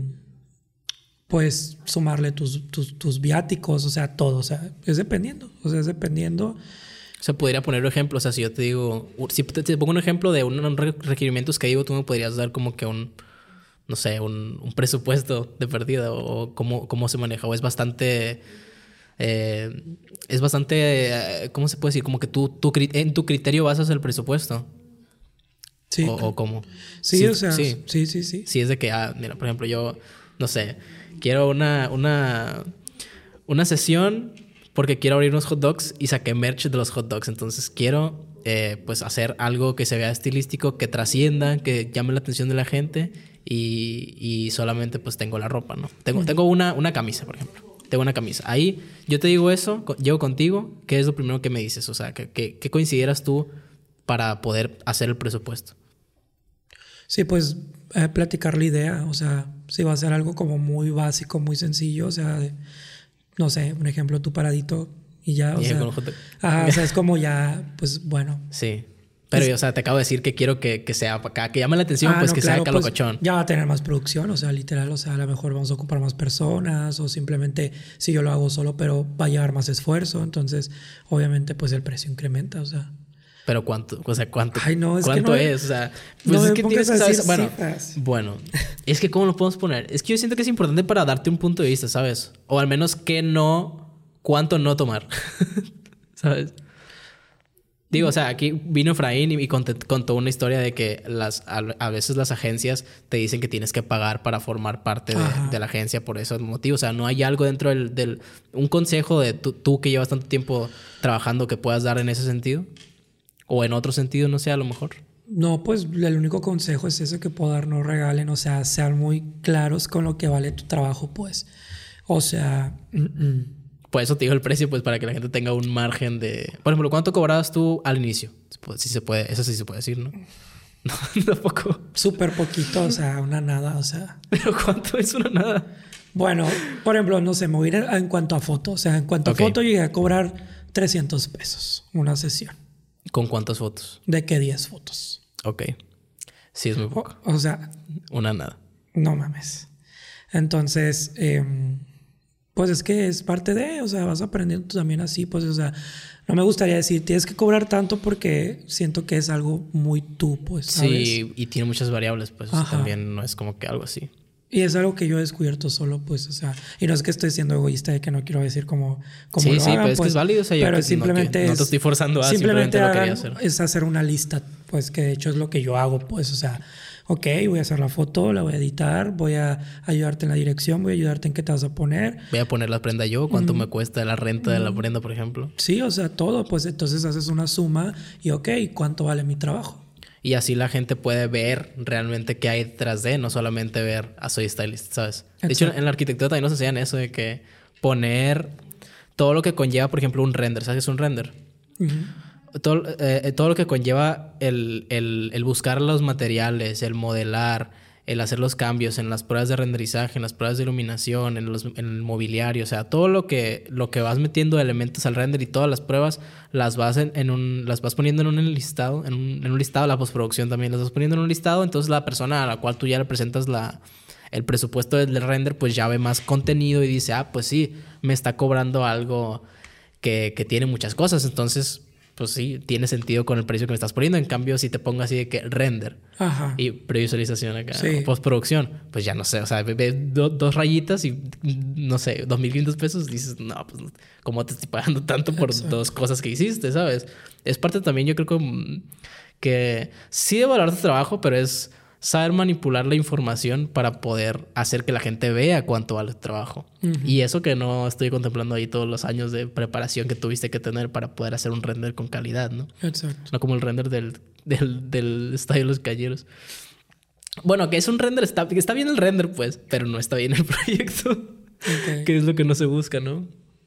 pues sumarle tus, tus, tus viáticos, o sea, todo, o sea, es dependiendo, o sea, es dependiendo. O sea, podría poner ejemplos, o sea, si yo te digo, si te, te pongo un ejemplo de unos requerimientos que digo, tú me podrías dar como que un, no sé, un, un presupuesto de pérdida o cómo, cómo se maneja, o es bastante... Eh, es bastante, ¿cómo se puede decir? Como que tú, tú en tu criterio basas el presupuesto. Sí. O, o cómo. Sí, sí, o sea, sí, sí, sí, sí. Sí, es de que, ah, mira, por ejemplo, yo, no sé, quiero una, una, una sesión porque quiero abrir unos hot dogs y saqué merch de los hot dogs. Entonces quiero, eh, pues, hacer algo que se vea estilístico, que trascienda, que llame la atención de la gente y, y solamente, pues, tengo la ropa, ¿no? Tengo, mm. tengo una, una camisa, por ejemplo. Tengo una camisa. Ahí yo te digo eso, llego contigo. ¿Qué es lo primero que me dices? O sea, ¿qué, qué, qué consideras tú para poder hacer el presupuesto? Sí, pues eh, platicar la idea. O sea, si va a ser algo como muy básico, muy sencillo. O sea, de, no sé, un ejemplo, tu paradito y ya. O, y sea, ajá, o sea, es como ya, pues bueno. Sí. Pero, es, o sea, te acabo de decir que quiero que, que sea acá, que llame la atención, ah, pues no, que claro, sea calocochón. Pues, ya va a tener más producción, o sea, literal, o sea, a lo mejor vamos a ocupar más personas o simplemente si yo lo hago solo, pero va a llevar más esfuerzo, entonces, obviamente, pues el precio incrementa, o sea. Pero cuánto, o sea, cuánto, Ay, no, es cuánto que no, es, o sea, pues no es que tienes que saber, bueno, cifras. bueno, es que cómo lo podemos poner, es que yo siento que es importante para darte un punto de vista, ¿sabes? O al menos que no, cuánto no tomar, ¿sabes? Digo, o sea, aquí vino Efraín y, y contó, contó una historia de que las, a, a veces las agencias te dicen que tienes que pagar para formar parte de, de la agencia por esos motivos. O sea, no hay algo dentro del... del un consejo de tú, tú que llevas tanto tiempo trabajando que puedas dar en ese sentido. O en otro sentido, no sé, a lo mejor. No, pues el único consejo es ese que puedo dar, no regalen. O sea, sean muy claros con lo que vale tu trabajo, pues. O sea... Mm-mm. Por eso te digo el precio, pues para que la gente tenga un margen de... Por ejemplo, ¿cuánto cobrabas tú al inicio? Sí se puede, eso sí se puede decir, ¿no? No, tampoco. Súper poquito, o sea, una nada, o sea... ¿Pero cuánto es una nada? Bueno, por ejemplo, no sé, me voy a ir en cuanto a foto. O sea, en cuanto okay. a foto llegué a cobrar trescientos pesos una sesión. ¿Con cuántas fotos? ¿De qué diez fotos? Ok. Sí, es muy poco. O, o sea... Una nada. No mames. Entonces... Eh, pues es que es parte de, o sea, vas aprendiendo también así, pues, o sea, no me gustaría decir, tienes que cobrar tanto porque siento que es algo muy tú, pues, ¿sabes? Sí, y tiene muchas variables, pues, o sea, también no es como que algo así. Y es algo que yo he descubierto solo, pues, o sea, y no es que estoy siendo egoísta de que no quiero decir como, como sí, lo sí, hagan, pero es pues, que es válido, o sea, yo pero que simplemente no, que es, no te estoy forzando a simplemente, simplemente hagan, lo quería hacer. Es hacer una lista, pues, que de hecho es lo que yo hago, pues, o sea, ok, voy a hacer la foto, la voy a editar, voy a ayudarte en la dirección, voy a ayudarte en qué te vas a poner. Voy a poner la prenda yo, cuánto mm. me cuesta la renta mm. de la prenda, por ejemplo. Sí, o sea, todo, pues entonces haces una suma y ok, ¿cuánto vale mi trabajo? Y así la gente puede ver realmente qué hay detrás de, no solamente ver, ah, soy stylist, ¿sabes? Exacto. De hecho, en la arquitectura también nos enseñan eso de que poner todo lo que conlleva, por ejemplo, un render. ¿Sabes qué es un render? Uh-huh. Todo, eh, todo lo que conlleva el, el, el buscar los materiales, el modelar, el hacer los cambios en las pruebas de renderizaje, en las pruebas de iluminación, en, los, en el mobiliario. O sea, todo lo que, lo que vas metiendo de elementos al render y todas las pruebas las vas, en, en un, las vas poniendo en un listado. En un, en un listado, la postproducción también las vas poniendo en un listado. Entonces la persona a la cual tú ya le presentas la, el presupuesto del render, pues ya ve más contenido y dice, ah, pues sí, me está cobrando algo que, que tiene muchas cosas. Entonces... pues sí, tiene sentido con el precio que me estás poniendo. En cambio, si te pongo así de que render Ajá. y previsualización acá, sí. postproducción, pues ya no sé, o sea, ves do, dos rayitas y no sé, dos mil quinientos pesos, dices, no, pues, ¿cómo te estoy pagando tanto por Exacto. dos cosas que hiciste, sabes? Es parte también, yo creo que, que sí de valorar tu trabajo, pero es saber manipular la información para poder hacer que la gente vea cuánto vale tu trabajo. Uh-huh. Y eso que no estoy contemplando ahí todos los años de preparación que tuviste que tener para poder hacer un render con calidad, ¿no? Exacto. No como el render del, del, del Estadio de los Caballeros. Bueno, que es un render, está, está bien el render, pues, pero no está bien el proyecto. Okay. Que es lo que no se busca, ¿no?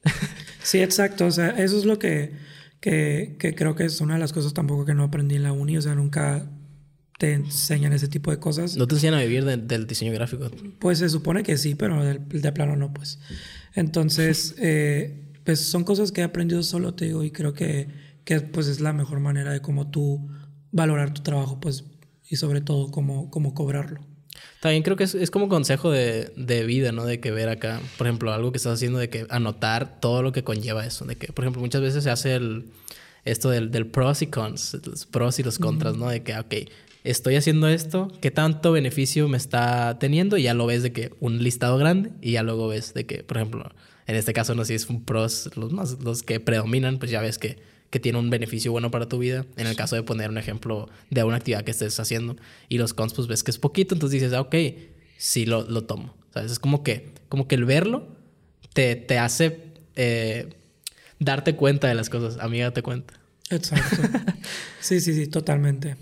Sí, exacto. O sea, eso es lo que, que, que creo que es una de las cosas tampoco que no aprendí en la uni. O sea, nunca... te enseñan ese tipo de cosas. ¿No te enseñan a vivir de, del diseño gráfico? Pues se supone que sí, pero de, de plano no, pues. Entonces, eh, pues son cosas que he aprendido solo, te digo, y creo que, que pues es la mejor manera de cómo tú valorar tu trabajo, pues, y sobre todo cómo, cómo cobrarlo. También creo que es, es como consejo de, de vida, ¿no? De que ver acá, por ejemplo, algo que estás haciendo, de que anotar todo lo que conlleva eso. De que, por ejemplo, muchas veces se hace el, esto del, del pros y cons, los pros y los contras, uh-huh. ¿no? De que, ok, estoy haciendo esto, ¿qué tanto beneficio me está teniendo? Y ya lo ves de que un listado grande y ya luego ves de que, por ejemplo, en este caso, no sé si es un pros, los, más, los que predominan, pues ya ves que, que tiene un beneficio bueno para tu vida. En el caso de poner un ejemplo de una actividad que estés haciendo y los cons, pues ves que es poquito, entonces dices, ah, ok, sí lo, lo tomo. ¿Sabes? Es como que, como que el verlo te, te hace eh, darte cuenta de las cosas. Amiga, date cuenta. Exacto. Sí, sí, sí, totalmente.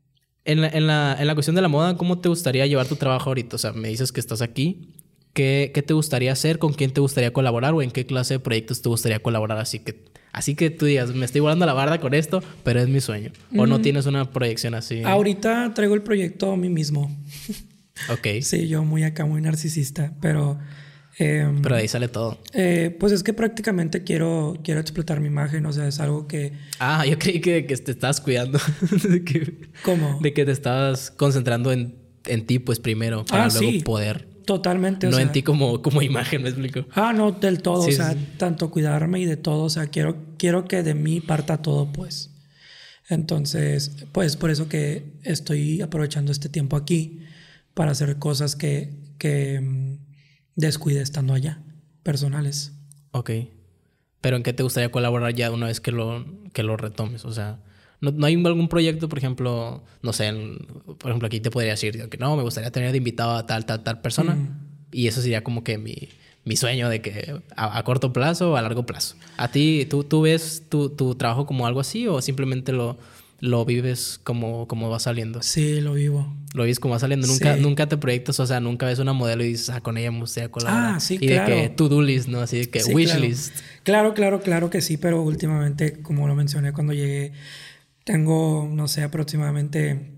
En la, en, la, en la cuestión de la moda, ¿cómo te gustaría llevar tu trabajo ahorita? O sea, me dices que estás aquí. ¿Qué, qué te gustaría hacer? ¿Con quién te gustaría colaborar? ¿O en qué clase de proyectos te gustaría colaborar? Así que, así que tú digas, me estoy volando la barda con esto, pero es mi sueño. ¿O mm. no tienes una proyección así? Ahorita traigo el proyecto a mí mismo. Ok. Sí, yo muy acá, muy narcisista, pero... Eh, pero de ahí sale todo. Eh, pues es que prácticamente quiero, quiero explotar mi imagen. O sea, es algo que... Ah, yo creí que, que te estabas cuidando. de que, ¿Cómo? De que te estabas concentrando en, en ti, pues primero, para ah, luego sí. poder. Totalmente. No o sea, en ti como, como imagen, ¿me explico? Ah, no, del todo. Sí, o sea, sí. tanto cuidarme y de todo. O sea, quiero, quiero que de mí parta todo, pues. Entonces, pues por eso que estoy aprovechando este tiempo aquí para hacer cosas que... que descuide estando allá, personales. Ok. ¿Pero en qué te gustaría colaborar ya una vez que lo, que lo retomes? O sea, ¿No, no hay algún proyecto, por ejemplo, no sé, en- por ejemplo, aquí te podría decir digo, que no, me gustaría tener de invitado a tal, tal, tal persona? Mm. Y eso sería como que mi, mi sueño de que a, a corto plazo o a largo plazo. ¿A ti, tú, tú ves tu, tu trabajo como algo así o simplemente lo, lo vives como, como va saliendo? Sí, lo vivo. Lo vives como va saliendo. Nunca, Sí. nunca te proyectas, o sea, nunca ves una modelo y dices, ah, con ella me gustaría colaborar. Ah, sí, y de claro. que to-do list, ¿no? Así de que Sí, wish claro. list. Claro, claro, claro que sí, pero últimamente, como lo mencioné cuando llegué, tengo, no sé, aproximadamente,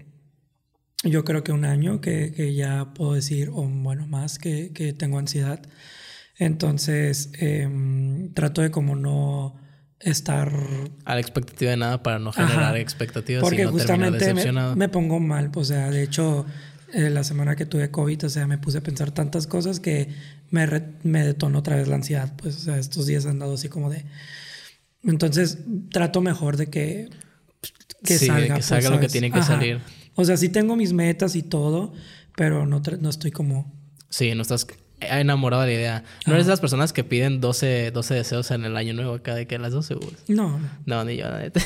yo creo que un año que, que ya puedo decir, o bueno, más que, que tengo ansiedad. Entonces, em, trato de como no estar... A la expectativa de nada para no generar Ajá, expectativas y porque no terminar justamente me, decepcionado. me pongo mal, o sea, de hecho, eh, la semana que tuve COVID, o sea, me puse a pensar tantas cosas que me, re- me detonó otra vez la ansiedad, pues, o sea, estos días han dado así como de... Entonces, trato mejor de que, que Sí, salga, que pues, salga lo que ¿sabes? tiene que Ajá. salir. O sea, sí tengo mis metas y todo, pero no, tra- no estoy como... Sí, no estás enamorado de la idea. No eres de las personas que piden doce, doce deseos en el año nuevo acá de que las doce uvas. No, no. No, ni yo, la neta.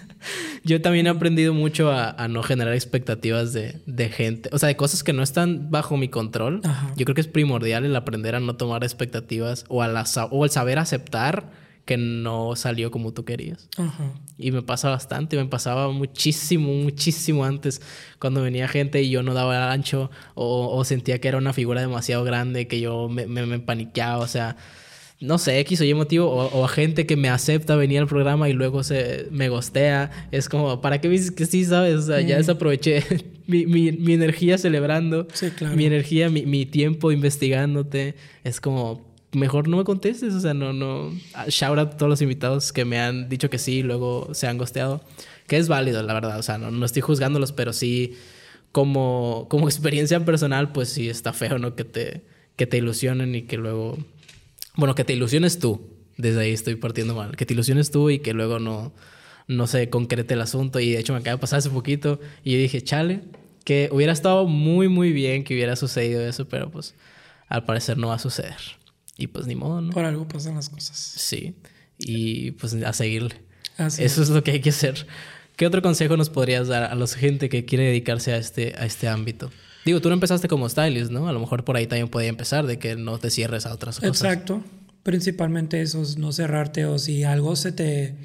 Yo también he aprendido mucho a, a no generar expectativas de, de gente. O sea, de cosas que no están bajo mi control. Ajá. Yo creo que es primordial el aprender a no tomar expectativas o, a la, sa- o el saber aceptar que no salió como tú querías. Ajá. Y me pasa bastante, me pasaba muchísimo, muchísimo antes cuando venía gente y yo no daba el ancho o, o sentía que era una figura demasiado grande que yo me, me, me paniqueaba, o sea, no sé, X o Y motivo, o, o a gente que me acepta venir al programa y luego se me gostea. Es como, ¿para qué me dices que sí, sabes? O sea, ya Mm. desaproveché mi, mi, mi energía celebrando, Sí, claro. mi energía, mi, mi tiempo investigándote. Es como, mejor no me contestes, o sea, no, no. Shout out a todos los invitados que me han dicho que sí y luego se han gosteado. Que es válido, la verdad, o sea, no, no estoy juzgándolos, pero sí, como, como experiencia personal, pues sí está feo, ¿no? Que te, que te ilusionen y que luego. Bueno, que te ilusiones tú. Desde ahí estoy partiendo mal. Que te ilusiones tú y que luego no, no se concrete el asunto. Y de hecho me acaba de pasar hace poquito. Y yo dije, chale, que hubiera estado muy, muy bien que hubiera sucedido eso. Pero pues al parecer no va a suceder. Y pues ni modo, ¿no? Por algo pasan las cosas. Sí. Y pues a seguirle. Así Eso es. es lo que hay que hacer. ¿Qué otro consejo nos podrías dar a la gente que quiere dedicarse a este, a este ámbito? Digo, tú no empezaste como stylist, ¿no? A lo mejor por ahí también podía empezar, de que no te cierres a otras cosas. Exacto. Principalmente eso, es no cerrarte o si algo se te,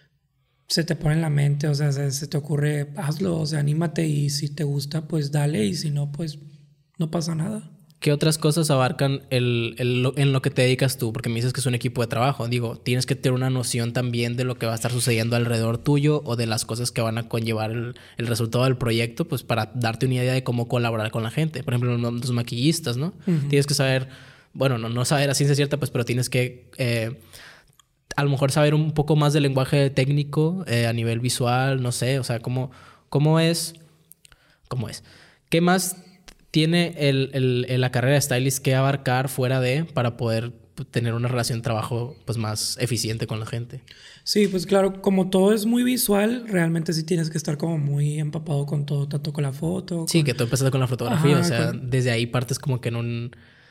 se te pone en la mente, o sea, se, se te ocurre, hazlo, o sea, anímate y si te gusta, pues dale y si no, pues no pasa nada. ¿Qué otras cosas abarcan el, el, lo- en lo que te dedicas tú? Porque me dices que es un equipo de trabajo. Digo, tienes que tener una noción también de lo que va a estar sucediendo alrededor tuyo o de las cosas que van a conllevar el, el resultado del proyecto, pues para darte una idea de cómo colaborar con la gente. Por ejemplo, los, los maquillistas, ¿no? Ujú. Tienes que saber, bueno, no, no saber a ciencia cierta, pues, pero tienes que eh, a lo mejor saber un poco más del lenguaje técnico eh, a nivel visual, no sé, o sea, cómo, cómo es, cómo es. ¿Qué más tiene el, el, el- la carrera de stylist que abarcar fuera de para poder tener una relación de trabajo pues más eficiente con la gente? Sí, pues claro, como todo es muy visual, realmente sí tienes que estar como muy empapado con todo, tanto con la foto. Sí, con- que tú empezaste con la fotografía, Ajá, o sea, con- desde ahí partes como que en un...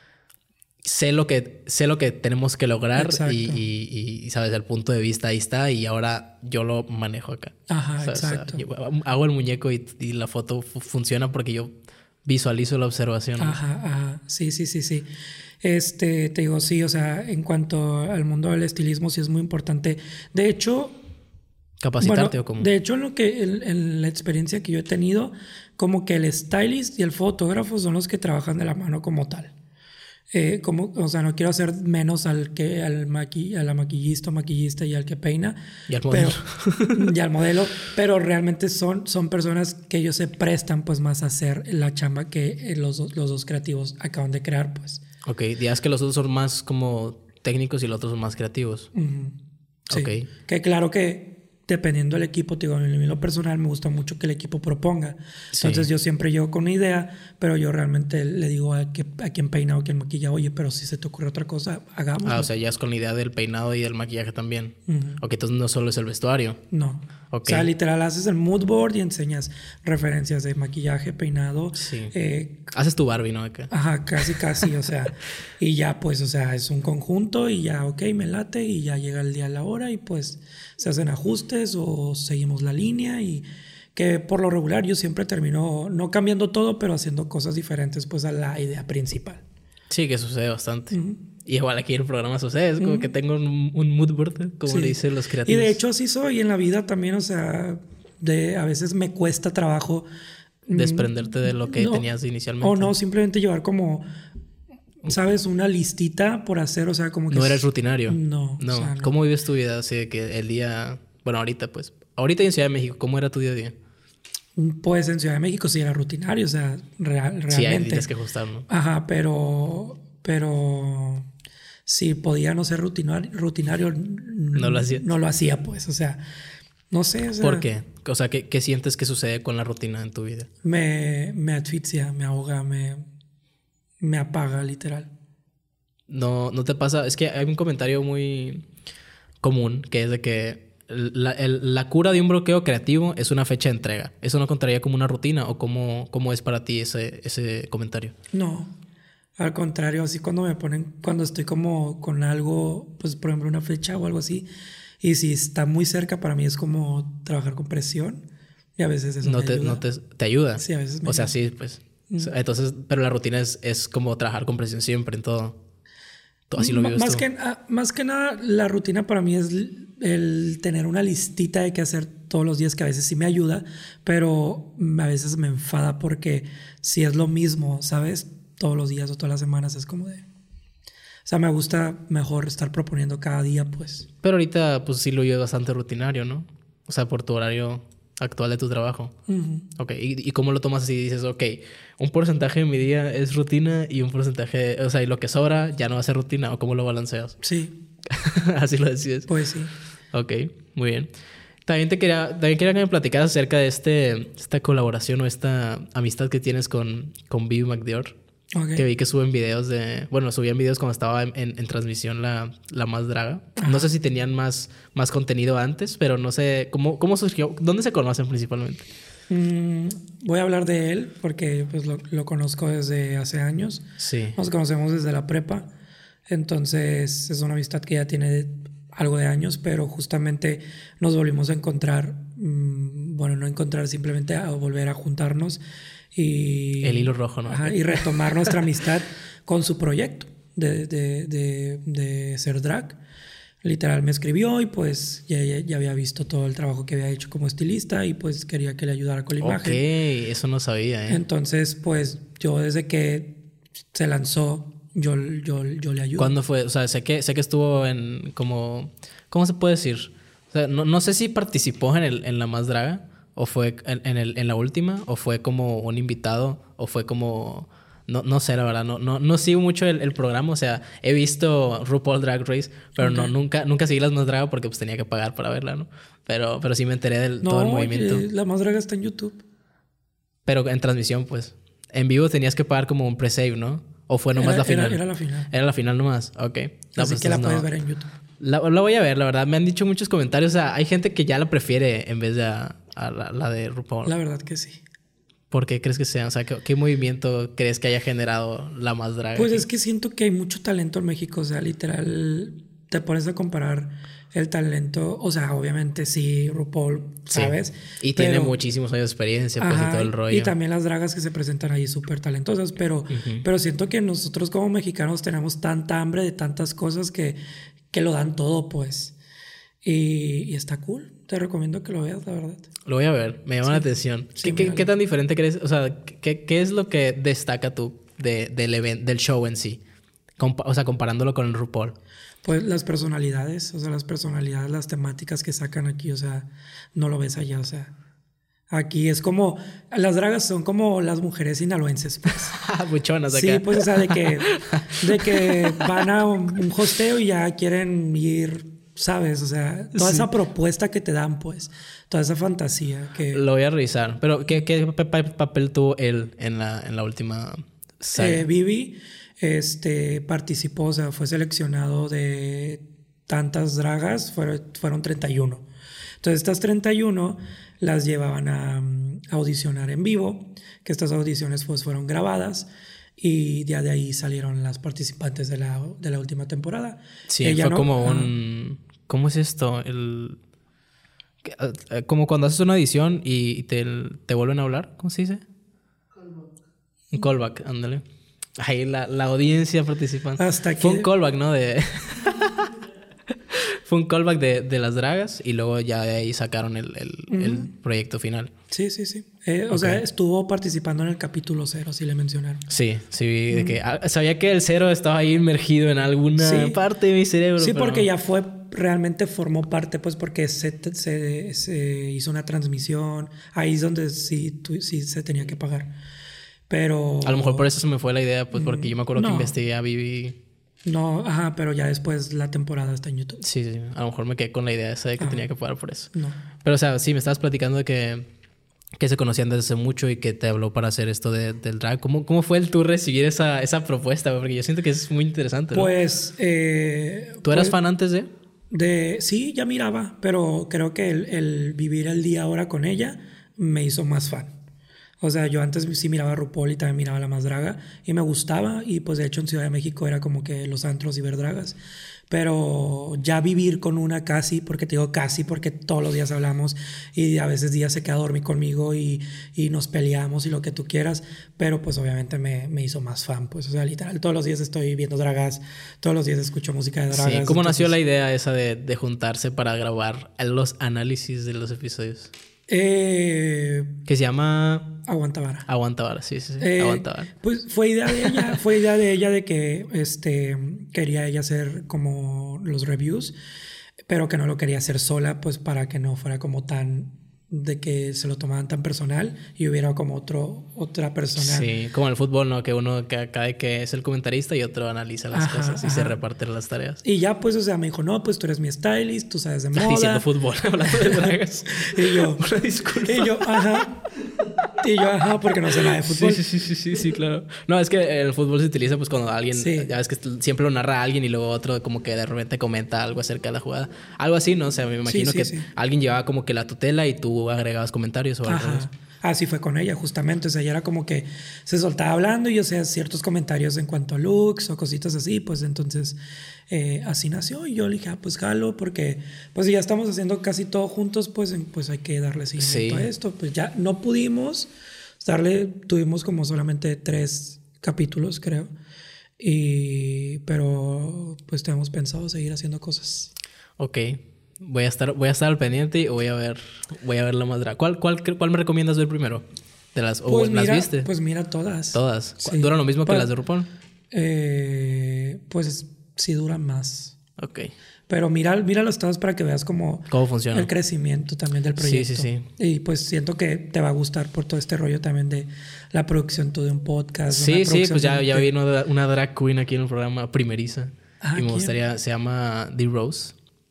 Sé lo que, sé lo que tenemos que lograr Exacto. y, y, y, y, ¿sabes? El punto de vista ahí está y ahora yo lo manejo acá. Ajá, O sea, o sea, exacto. yo hago el muñeco y, y la foto fu- funciona porque yo visualizo la observación. ¿no? Ajá, ajá. Sí, sí, sí, sí. Este, te digo, sí, o sea, en cuanto al mundo del estilismo, sí es muy importante. De hecho, ¿Capacitarte bueno, o cómo? de hecho, en lo que, en, en la experiencia que yo he tenido, como que el stylist y el fotógrafo son los que trabajan de la mano como tal. Eh, como, o sea, no quiero hacer menos al que al maqui, a la maquillista o maquillista y al que peina. Y al modelo. Pero, y al modelo. Pero realmente son, son personas que ellos se prestan pues más a hacer la chamba que eh, los, dos- los dos creativos acaban de crear, pues. Ok, dirás que los otros son más como técnicos y los otros son más creativos. Ujú. Sí. Ok. Que claro que dependiendo del equipo, te digo, en lo personal me gusta mucho que el equipo proponga. Entonces Sí. yo siempre llego con una idea, pero yo realmente le digo a, que, a quien peina o a quien maquilla, oye, pero si se te ocurre otra cosa, hagámoslo. Ah, o sea, ya es con la idea del peinado y del maquillaje también. Ujú. Ok, entonces no solo es el vestuario. No. Ok. O sea, literal, haces el mood board y enseñas referencias de maquillaje, peinado. Sí. eh, Haces tu Barbie, ¿no? Acá. Ajá, casi, casi, o sea, y ya pues, o sea, es un conjunto y ya, ok, me late y ya llega el día, la hora y pues se hacen ajustes diferentes o seguimos la línea y que por lo regular yo siempre termino no cambiando todo, pero haciendo cosas diferentes pues a la idea principal. Sí, que sucede bastante. Uh-huh. Y igual aquí en el programa sucede, es como uh-huh. que tengo un, un mood board, como sí. le dicen los creativos. Y de hecho así soy en la vida también, o sea, de, a veces me cuesta trabajo desprenderte de lo que no, tenías inicialmente. O no, simplemente llevar como, ¿sabes? Una listita por hacer, o sea, como que... No eres rutinario. No. No. O sea, no. ¿Cómo vives tu vida? Así de que el día... Bueno, ahorita pues... Ahorita en Ciudad de México, ¿cómo era tu día a día? Pues en Ciudad de México sí era rutinario, o sea, real, realmente. Sí, ahí tienes que ajustar, ¿no? Ajá, pero... Pero... Si podía no ser rutinario, rutinario no lo hacía. No lo hacía, pues, o sea... No sé, o sea... ¿Por qué? O sea, ¿qué, qué sientes que sucede con la rutina en tu vida? Me, me asfixia, me ahoga, me... Me apaga, literal. No, no te pasa... Es que hay un comentario muy común que es de que... La, el, la cura de un bloqueo creativo es una fecha de entrega. ¿Eso no contaría como una rutina? ¿O cómo, cómo es para ti ese, ese comentario? No, al contrario. Así cuando me ponen... Cuando estoy como con algo... Pues por ejemplo una fecha o algo así... Y si está muy cerca, para mí es como trabajar con presión. Y a veces eso no me te, ayuda. No te, ¿Te ayuda? Sí, a veces me O ayuda. sea, sí, pues... Mm. Entonces... Pero la rutina es, es como trabajar con presión siempre en todo. Así lo vives más tú. Que, más que nada, la rutina para mí es el tener una listita de qué hacer todos los días, que a veces sí me ayuda, pero a veces me enfada porque si es lo mismo, ¿sabes? Todos los días o todas las semanas es como de... O sea, me gusta mejor estar proponiendo cada día, pues. Pero ahorita, pues sí lo llevo bastante rutinario, ¿no? O sea, por tu horario actual de tu trabajo. Uh-huh. Ok, ¿Y, ¿y cómo lo tomas así? Dices, ok, un porcentaje de mi día es rutina y un porcentaje... O sea, y lo que sobra ya no va a ser rutina. ¿O cómo lo balanceas? Sí. Así lo decides. Pues sí. Ok, muy bien. También te quería, también quería que me platicaras acerca de este, esta colaboración o esta amistad que tienes con, con Vivi McDior. Okay. Que vi que suben videos de... Bueno, subían videos cuando estaba en, en, en transmisión la, la Más Draga. Ajá. No sé si tenían más, más contenido antes, pero no sé... ¿Cómo, cómo surgió? ¿Dónde se conocen principalmente? Mm, voy a hablar de él porque pues, lo, lo conozco desde hace años. Sí. Nos conocemos desde la prepa. Entonces es una amistad que ya tiene algo de años, pero justamente nos volvimos a encontrar. Mmm, bueno, no encontrar, simplemente a volver a juntarnos. Y, el hilo rojo, ¿no? Ajá, y retomar nuestra amistad con su proyecto de, de, de, de ser drag. Literal me escribió y pues ya, ya, ya había visto todo el trabajo que había hecho como estilista y pues quería que le ayudara con la imagen. Ok, eso no sabía, ¿eh? Entonces pues yo desde que se lanzó yo, yo, yo le ayudo. ¿Cuándo fue? O sea, sé que, sé que estuvo en como... ¿Cómo se puede decir? O sea, no, no sé si participó en, el, en La Más Draga. ¿O fue en, en, el, en la última? ¿O fue como un invitado? ¿O fue como...? No, no sé, la verdad. No, no, no sigo mucho el, el programa. O sea, he visto RuPaul Drag Race, pero okay. no, nunca, nunca seguí Las Más Draga porque pues tenía que pagar para verla, ¿no? Pero, pero sí me enteré de no, todo el movimiento. Eh, La Más Draga está en YouTube. Pero en transmisión, pues. En vivo tenías que pagar como un pre-save, ¿no? ¿O fue nomás era, la final? Era, era la final. Era la final nomás. Ok. No, Así pues, que la puedes no. ver en YouTube. La, la voy a ver, la verdad. Me han dicho muchos comentarios. O sea, hay gente que ya la prefiere en vez de... A, A la, la de RuPaul. La verdad que sí. ¿Por qué crees que sea? O sea, ¿qué, qué movimiento crees que haya generado La Más Draga? Pues aquí? es que siento que hay mucho talento en México. O sea, literal, te pones a comparar el talento. O sea, obviamente sí, RuPaul, ¿sabes? Sí. Y pero, tiene muchísimos años de experiencia, pues, ajá, y todo el rollo. Y también las dragas que se presentan ahí súper talentosas. Pero, uh-huh. pero siento que nosotros como mexicanos tenemos tanta hambre de tantas cosas que, que lo dan todo, pues. Y, y está cool. Te recomiendo que lo veas, la verdad. Lo voy a ver. Me llama sí. la atención. Sí, ¿Qué, qué, ¿Qué tan diferente crees? O sea, ¿qué, qué es lo que destaca tú de, del, event, del show en sí? Compa- o sea, comparándolo con el RuPaul. Pues las personalidades. O sea, las personalidades, las temáticas que sacan aquí. O sea, no lo ves allá. O sea, aquí es como... Las dragas son como las mujeres sinaloenses, pues. Buchonas acá. Sí, pues, o sea, de que, de que van a un, un hosteo y ya quieren ir... ¿Sabes? O sea, toda sí. esa propuesta que te dan, pues. Toda esa fantasía que... Lo voy a revisar. Pero, ¿qué, qué papel tuvo él en la, en la última saga? Eh, Vivi este, participó, o sea, fue seleccionado de tantas dragas. Fueron, fueron treinta y uno. Entonces, estas treinta y uno las llevaban a, a audicionar en vivo. Que estas audiciones, pues, fueron grabadas. Y ya de ahí salieron las participantes de la, de la última temporada. Sí, Ella fue no, como ah, un... ¿Cómo es esto? El... Como cuando haces una edición y te, te vuelven a hablar, ¿cómo se dice? Callback. Un callback, ándale. Ahí la, la audiencia participante. Hasta aquí. Fue un callback, ¿no? De... Fue un callback de, de las dragas y luego ya de ahí sacaron el, el, uh-huh. el proyecto final. Sí, sí, sí. Eh, o okay. sea, estuvo participando en el capítulo cero, sí le mencionaron. Sí, sí, vi uh-huh. de que ah, sabía que el cero estaba ahí inmergido en alguna sí. parte de mi cerebro. Sí, pero... porque ya fue, realmente formó parte, pues porque se, se, se hizo una transmisión. Ahí es donde sí, tú, sí se tenía que pagar. Pero... A lo mejor por eso se me fue la idea, pues porque yo me acuerdo no. que investigué a Vivi. No, ajá, pero ya después la temporada está en YouTube. Sí, sí. A lo mejor me quedé con la idea esa de que ajá. tenía que pagar por eso. No. Pero, o sea, sí, me estabas platicando de que, que se conocían desde hace mucho y que te habló para hacer esto de, del drag. ¿Cómo, ¿Cómo fue el tú recibir esa, esa propuesta? Porque yo siento que es muy interesante, ¿no? Pues... Eh, ¿Tú eras pues, fan antes de...? de? Sí, ya miraba, pero creo que el, el vivir el día ahora con ella me hizo más fan. O sea, yo antes sí miraba a RuPaul y también miraba a La Más Draga y me gustaba, y pues de hecho en Ciudad de México era como que los antros y ver dragas, pero ya vivir con una casi, porque te digo casi porque todos los días hablamos y a veces días se queda a dormir conmigo y, y nos peleamos y lo que tú quieras, pero pues obviamente me, me hizo más fan, pues o sea, literal, todos los días estoy viendo dragas, todos los días escucho música de dragas. Sí, ¿cómo entonces... nació la idea esa de, de juntarse para grabar los análisis de los episodios? Eh, que se llama Aguanta Vara. Aguanta Vara, sí, sí, sí. Eh, Aguanta Vara. Pues fue idea de ella, fue idea de ella de que este quería ella hacer como los reviews, pero que no lo quería hacer sola, pues para que no fuera como tan de que se lo tomaban tan personal y hubiera como otro otra persona. Sí, como en el fútbol, ¿no? Que uno que cae que es el comentarista y otro analiza las ajá, cosas y ajá. se reparten las tareas. Y ya pues, o sea, me dijo, no, pues tú eres mi stylist, tú sabes de moda. Diciendo fútbol, hablando de dragas. Y yo, una disculpa. Y yo, ajá. Y yo, ajá, porque no sé nada de fútbol. Sí, sí, sí, sí, sí, claro. No, es que el fútbol se utiliza pues cuando alguien, sí. ya ves que siempre lo narra alguien y luego otro como que de repente comenta algo acerca de la jugada. Algo así, ¿no? O sea, me imagino sí, sí, que sí. alguien llevaba como que la tutela y tú agregabas comentarios o algo. Ajá. Así fue con ella, justamente. O sea, ella era como que se soltaba hablando y, o sea, ciertos comentarios en cuanto a looks o cositas así. Pues entonces, eh, así nació. Y yo le dije, ah, pues jalo, porque pues ya estamos haciendo casi todo juntos, pues, pues hay que darle seguimiento sí. a esto. Pues ya no pudimos darle, tuvimos como solamente tres capítulos, creo. Y, pero pues tenemos pensado seguir haciendo cosas. Ok. Voy a estar, voy a estar al pendiente y voy a ver, voy a ver La Más Draga. ¿Cuál, cuál, ¿Cuál me recomiendas ver primero? ¿De las, o pues las mira, viste? Pues mira todas. Todas. Sí. ¿Duran lo mismo pues, que las de RuPaul? Eh, pues sí duran más. Ok. Pero mira, míralos todos para que veas cómo, cómo funciona el crecimiento también del proyecto. Sí, sí, sí. Y pues siento que te va a gustar por todo este rollo también de la producción tú de un podcast. Sí, sí, pues ya, de... ya vi una, una drag queen aquí en el programa primeriza. Ah, y me ¿quién? gustaría, se llama The Rose.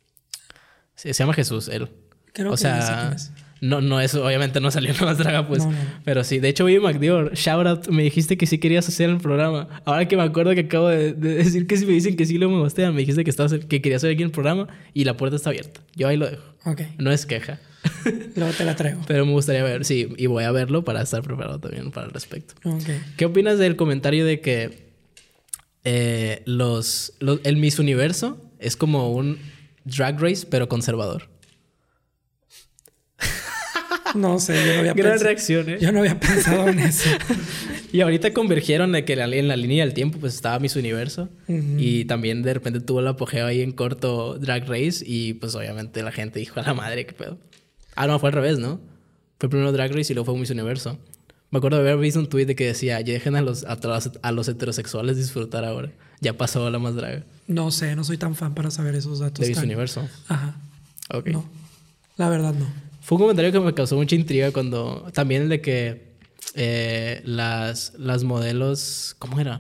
Se llama Jesús, él. Creo o que sea, no sé quién es. No, no, eso obviamente no salió en La Más Draga, pues. No, no. Pero sí, de hecho, vi MacDior. Shout out, me dijiste que sí querías hacer el programa. Ahora que me acuerdo que acabo de, de decir que si me dicen que sí, luego me gustean. Me dijiste que, estabas, que querías hacer aquí el programa y la puerta está abierta. Yo ahí lo dejo. Ok. No es queja. Luego te la traigo. Pero me gustaría ver, sí, y voy a verlo para estar preparado también para el respecto. Ok. ¿Qué opinas del comentario de que eh, los, los, el Miss Universo es como un Drag Race, pero conservador? No sé, yo no había Gran pensado. reacción, ¿eh? Yo no había pensado en eso. Y ahorita convergieron de que en la línea del tiempo pues estaba Miss Universo. Uh-huh. Y también de repente tuvo el apogeo ahí en corto Drag Race. Y pues obviamente la gente dijo, a la madre, qué pedo. Ah, no, fue al revés, ¿no? Fue primero Drag Race y luego fue Miss Universo. Me acuerdo de haber visto un tweet de que decía, ya dejen a los, a, los, a los heterosexuales disfrutar ahora. Ya pasó a La Más Draga. No sé, no soy tan fan para saber esos datos. De Miss tan... Universo. Ajá. Ok. No, la verdad no. Fue un comentario que me causó mucha intriga cuando... También el de que eh, las, las modelos... ¿Cómo era?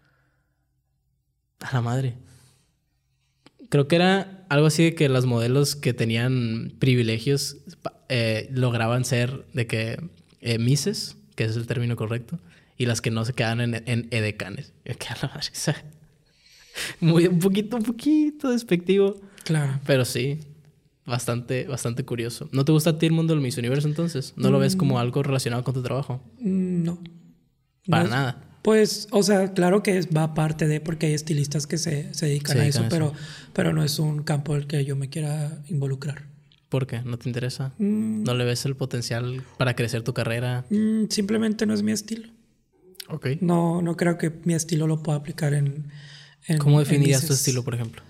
A la madre. Creo que era algo así de que las modelos que tenían privilegios eh, lograban ser de que eh, misses, que ese es el término correcto, y las que no se quedaban en, en edecanes. Que a la madre, o sea, muy, un poquito, un poquito despectivo. Claro. Pero sí... Bastante, bastante curioso. ¿No te gusta a ti el mundo del Miss Universo entonces? ¿No mm. lo ves como algo relacionado con tu trabajo? No. Para no, nada. Pues, o sea, claro que va aparte de porque hay estilistas que se, se dedican se a eso, eso. Pero, pero no es un campo al que yo me quiera involucrar. ¿Por qué? ¿No te interesa? Mm. ¿No le ves el potencial para crecer tu carrera? Mm, simplemente no es mi estilo. Ok. No, no creo que mi estilo lo pueda aplicar en... en ¿Cómo definirías en tu dices, estilo, por ejemplo?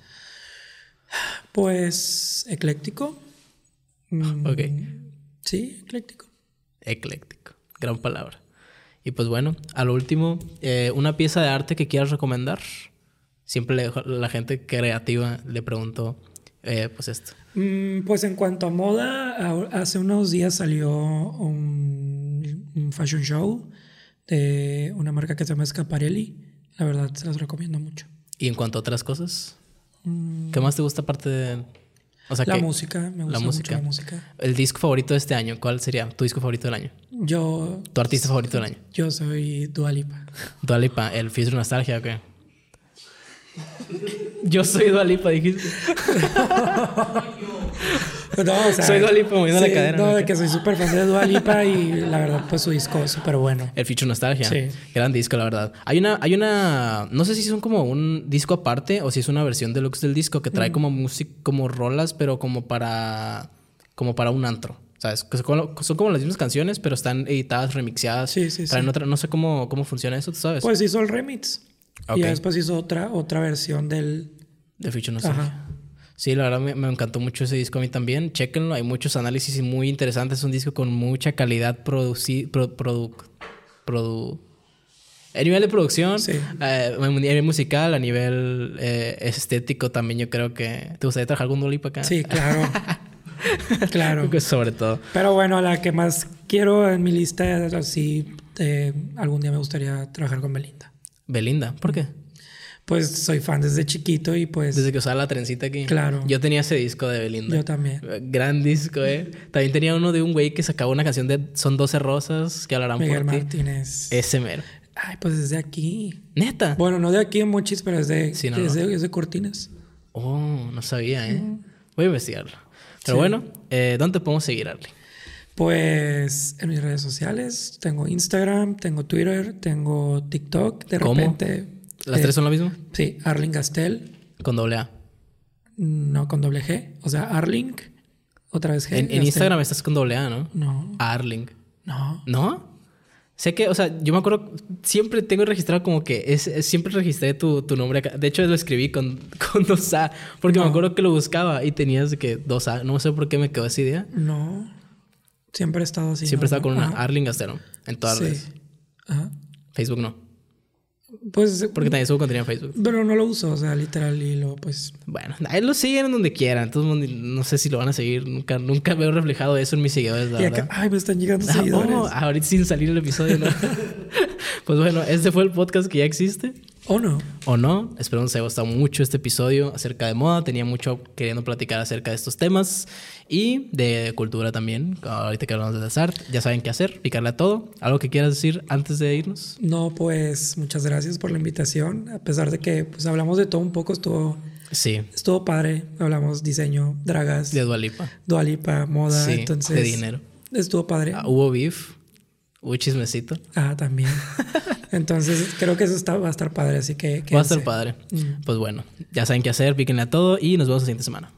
Pues ecléctico. Mm, Ok. Sí, ecléctico. Ecléctico. Gran palabra. Y pues bueno, a lo último, eh, una pieza de arte que quieras recomendar. Siempre le dejo a la gente creativa, le pregunto eh, pues esto. Mm, pues en cuanto a moda, a- hace unos días salió un, un fashion show de una marca que se llama Schiaparelli. La verdad, se las recomiendo mucho. Y en cuanto a otras cosas, Mm, ¿qué más te gusta aparte de...? O sea, la que música, me gusta mucho la música. El disco favorito de este año, ¿cuál sería tu disco favorito del año? Yo, ¿Tu artista favorito del año? yo soy Dua Lipa. Dua Lipa, el Future Nostalgia, ¿o qué? Yo soy Dua Lipa, dijiste. No, o sea, Soy Dua Lipa moviendo la sí, cadera, No, ¿no? de que soy súper fan de Dua Lipa y la verdad, pues su disco es súper bueno. El Future Nostalgia. Sí. Gran disco, la verdad. Hay una, hay una... No sé si son como un disco aparte o si es una versión deluxe del disco que trae Mm. como música, como rolas, pero como para... Como para un antro. ¿Sabes? Que son como, son como las mismas canciones, pero están editadas, remixeadas. Sí, sí, Traen sí. otra... No sé cómo, cómo funciona eso, ¿tú sabes? Pues hizo el remix. Ok. Y ya después hizo otra, otra versión del... De Future Nostalgia. Ajá. Sí, la verdad me, me encantó mucho ese disco a mí también. Chéquenlo, hay muchos análisis muy interesantes. Es un disco con mucha calidad produci pro, produ, produ, a nivel de producción, Sí. eh, a nivel musical, a nivel eh, estético también yo creo que... ¿Te gustaría trabajar con Dua Lipa acá? Sí, claro. Claro. Creo que sobre todo. Pero bueno, la que más quiero en mi lista es así, eh, algún día me gustaría trabajar con Belinda. Belinda, ¿por qué? Pues soy fan desde chiquito y pues Desde que usaba la trencita aquí. Claro. Yo tenía ese disco de Belinda. yo también. Gran disco, eh. También tenía uno de un güey que sacaba una canción de Son doce rosas que hablarán Miguel por ti. Martínez. Ese mero. Ay, pues desde aquí. ¿Neta? Bueno, no de aquí en Mochis, pero es de, Sí, no, es no. de, es de Cortinas. Oh, no sabía, ¿eh? Voy a investigarlo. Pero Sí. bueno, eh, ¿dónde podemos seguir, Arly? Pues en mis redes sociales tengo Instagram, tengo Twitter, tengo TikTok. De ¿Cómo? repente. ¿Las eh, tres son lo mismo? Sí, Arling Gastel, Con doble A. no con doble G. O sea, Arling, otra vez G. En, en Gastel. Instagram estás con doble A, ¿no? No, Arling. no. ¿No? Sé que, o sea, yo me acuerdo, siempre tengo registrado como que es, es- siempre registré tu, tu nombre acá. De hecho, lo escribí con, con dos A, porque No. me acuerdo que lo buscaba y tenías de que dos A. No sé por qué me quedó esa idea. No. Siempre he estado así. Siempre ¿no? estaba con una Ajá. Arling Gastero en todas las Sí. redes. Ajá. Facebook no, Pues. porque también subo contenido en Facebook. Pero no lo uso, o sea, literal, y luego pues. Bueno, ahí lo siguen donde quieran. Todo el mundo, no sé si lo van a seguir. Nunca, nunca veo reflejado eso en mis seguidores, la Y verdad. acá, ay, me están llegando Ah, seguidores. oh, ahorita sin salir el episodio, ¿no? Pues bueno, este fue el podcast que ya existe. ¿O no? O no, espero que les haya gustado mucho este episodio acerca de moda. Tenía mucho queriendo platicar acerca de estos temas y de cultura también. Ahorita que hablamos de desart, ya saben qué hacer, picarle a todo. ¿Algo que quieras decir antes de irnos? No, pues muchas gracias por la invitación. A pesar de que pues hablamos de todo un poco, estuvo, Sí, estuvo padre. Hablamos diseño, dragas, de Dua Lipa. Dua Lipa, moda, Sí, entonces. de dinero. Estuvo padre. Ah, hubo beef, hubo chismecito. Ah, también. Entonces creo que eso está, va a estar padre, así que. Va a estar quédense. padre. Mm. Pues bueno, ya saben qué hacer, píquenle a todo y nos vemos la siguiente semana.